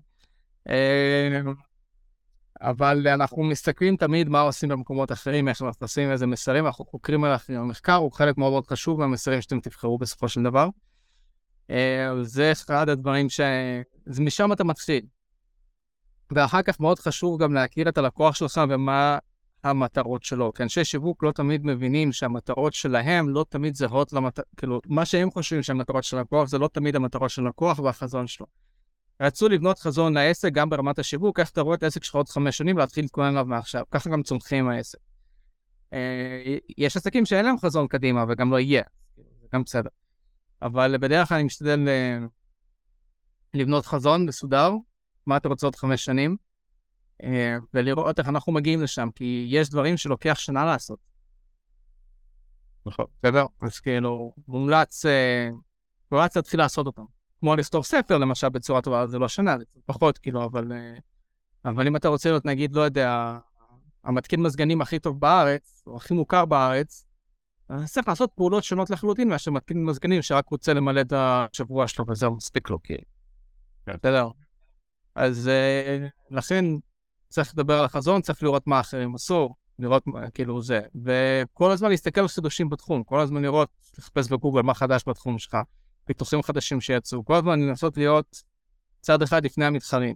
Speaker 3: אבל אנחנו מסתכלים תמיד מה עושים במקומות אחרים, איך אנחנו עושים איזה מסרים, אנחנו חוקרים על אחרים. המחקר הוא חלק מאוד מאוד חשוב מהמסרים שאתם תבחרו בסופו של דבר. זה אחד הדברים ש... אז משם אתה מתחיל. ואחר כך מאוד חשוב גם להכיר את הלקוח שלך ומה המטרות שלו. כי אנשי שיווק לא תמיד מבינים שהמטרות שלהם לא תמיד זהות למטרות, כאילו, מה שהם חושבים שהמטרות של הלקוח זה לא תמיד המטרות של הלקוח והחזון שלו. רצו לבנות חזון לעסק גם ברמת השיווק, איך אתה רואה את העסק שלך עוד חמש שנים להתחיל להתכונן עליו מעכשיו. ככה גם צומחים העסק. יש עסקים שאין להם חזון קדימה וגם לא יהיה. זה גם בסדר. אבל בדרך כלל אני משתדל לבנות חזון מסודר, מה אתה רוצה עוד חמש שנים, ולראות איך אנחנו מגיעים לשם, כי יש דברים שלוקח שנה לעשות.
Speaker 2: נכון.
Speaker 3: בסדר? אז כאילו, מומלץ, מומלץ להתחיל לעשות אותם. כמו לכתוב ספר, למשל, בצורה טובה, זה לא שנה, זה פחות, כאילו, אבל, אבל אם אתה רוצה להיות, נגיד, לא יודע, המתקין מזגנים הכי טוב בארץ, או הכי מוכר בארץ, אז צריך לעשות פעולות שונות לחלוטין, מאשר מתקין מזגנים שרק רוצה למלא את השבוע שלו, וזה מספיק לו, כאילו. בסדר? אז לכן צריך לדבר על החזון, צריך לראות מה אחרים עשו, לראות כאילו זה, וכל הזמן להסתכל על חידושים בתחום, כל הזמן לראות, לחפש בגוגל מה חדש בתחום שלך, פיתוחים חדשים שיצאו, כל הזמן לנסות להיות צעד אחד לפני המתחרים.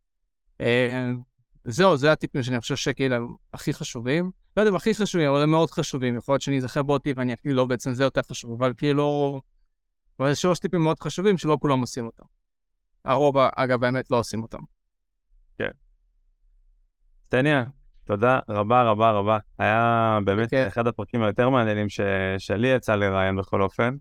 Speaker 3: זהו, זה הטיפים שאני חושב שכאילו הכי חשובים, לא יודע אם הכי חשובים, אבל הם מאוד חשובים, יכול להיות שאני אזכר באותי ואני אקליל לא, בעצם זה יותר חשוב, אבל כאילו, אבל שלוש טיפים מאוד חשובים שלא כולם עושים אותם. הרוב, אגב, באמת לא עושים אותם.
Speaker 2: כן. סטניה, תודה רבה רבה רבה. היה באמת אחד הפרקים היותר מעניינים שלי יצא לראיין בכל אופן.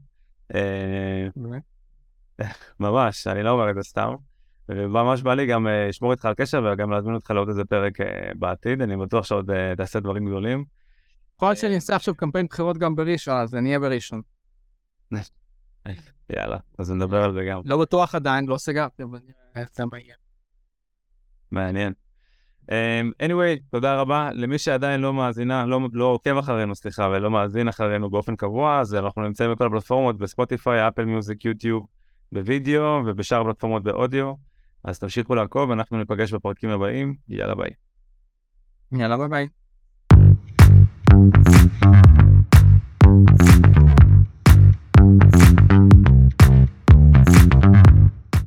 Speaker 2: ממש, אני לא אומר את זה סתם. וממש בא לי גם לשמור איתך על קשר וגם להזמין אותך לעוד איזה פרק בעתיד. אני בטוח שעוד תעשה דברים גדולים.
Speaker 3: יכול להיות שאני אעשה עכשיו קמפיין בחירות גם בראשון, אז אני אהיה בראשון.
Speaker 2: יאללה, אז נדבר על זה גם.
Speaker 3: לא בטוח עדיין, לא סגרתי, אבל זה מה יהיה.
Speaker 2: מעניין. anyway, תודה רבה. למי שעדיין לא מאזינה, לא, לא עוקב אחרינו, סליחה, ולא מאזין אחרינו באופן קבוע, אז אנחנו נמצאים בכל הפלטפורמות, בספוטיפיי, אפל מיוזיק, יוטיוב, בווידאו, ובשאר הפלטפורמות באודיו. אז תמשיכו לעקוב, אנחנו ניפגש בפרקים הבאים. יאללה ביי.
Speaker 3: יאללה ביי ביי.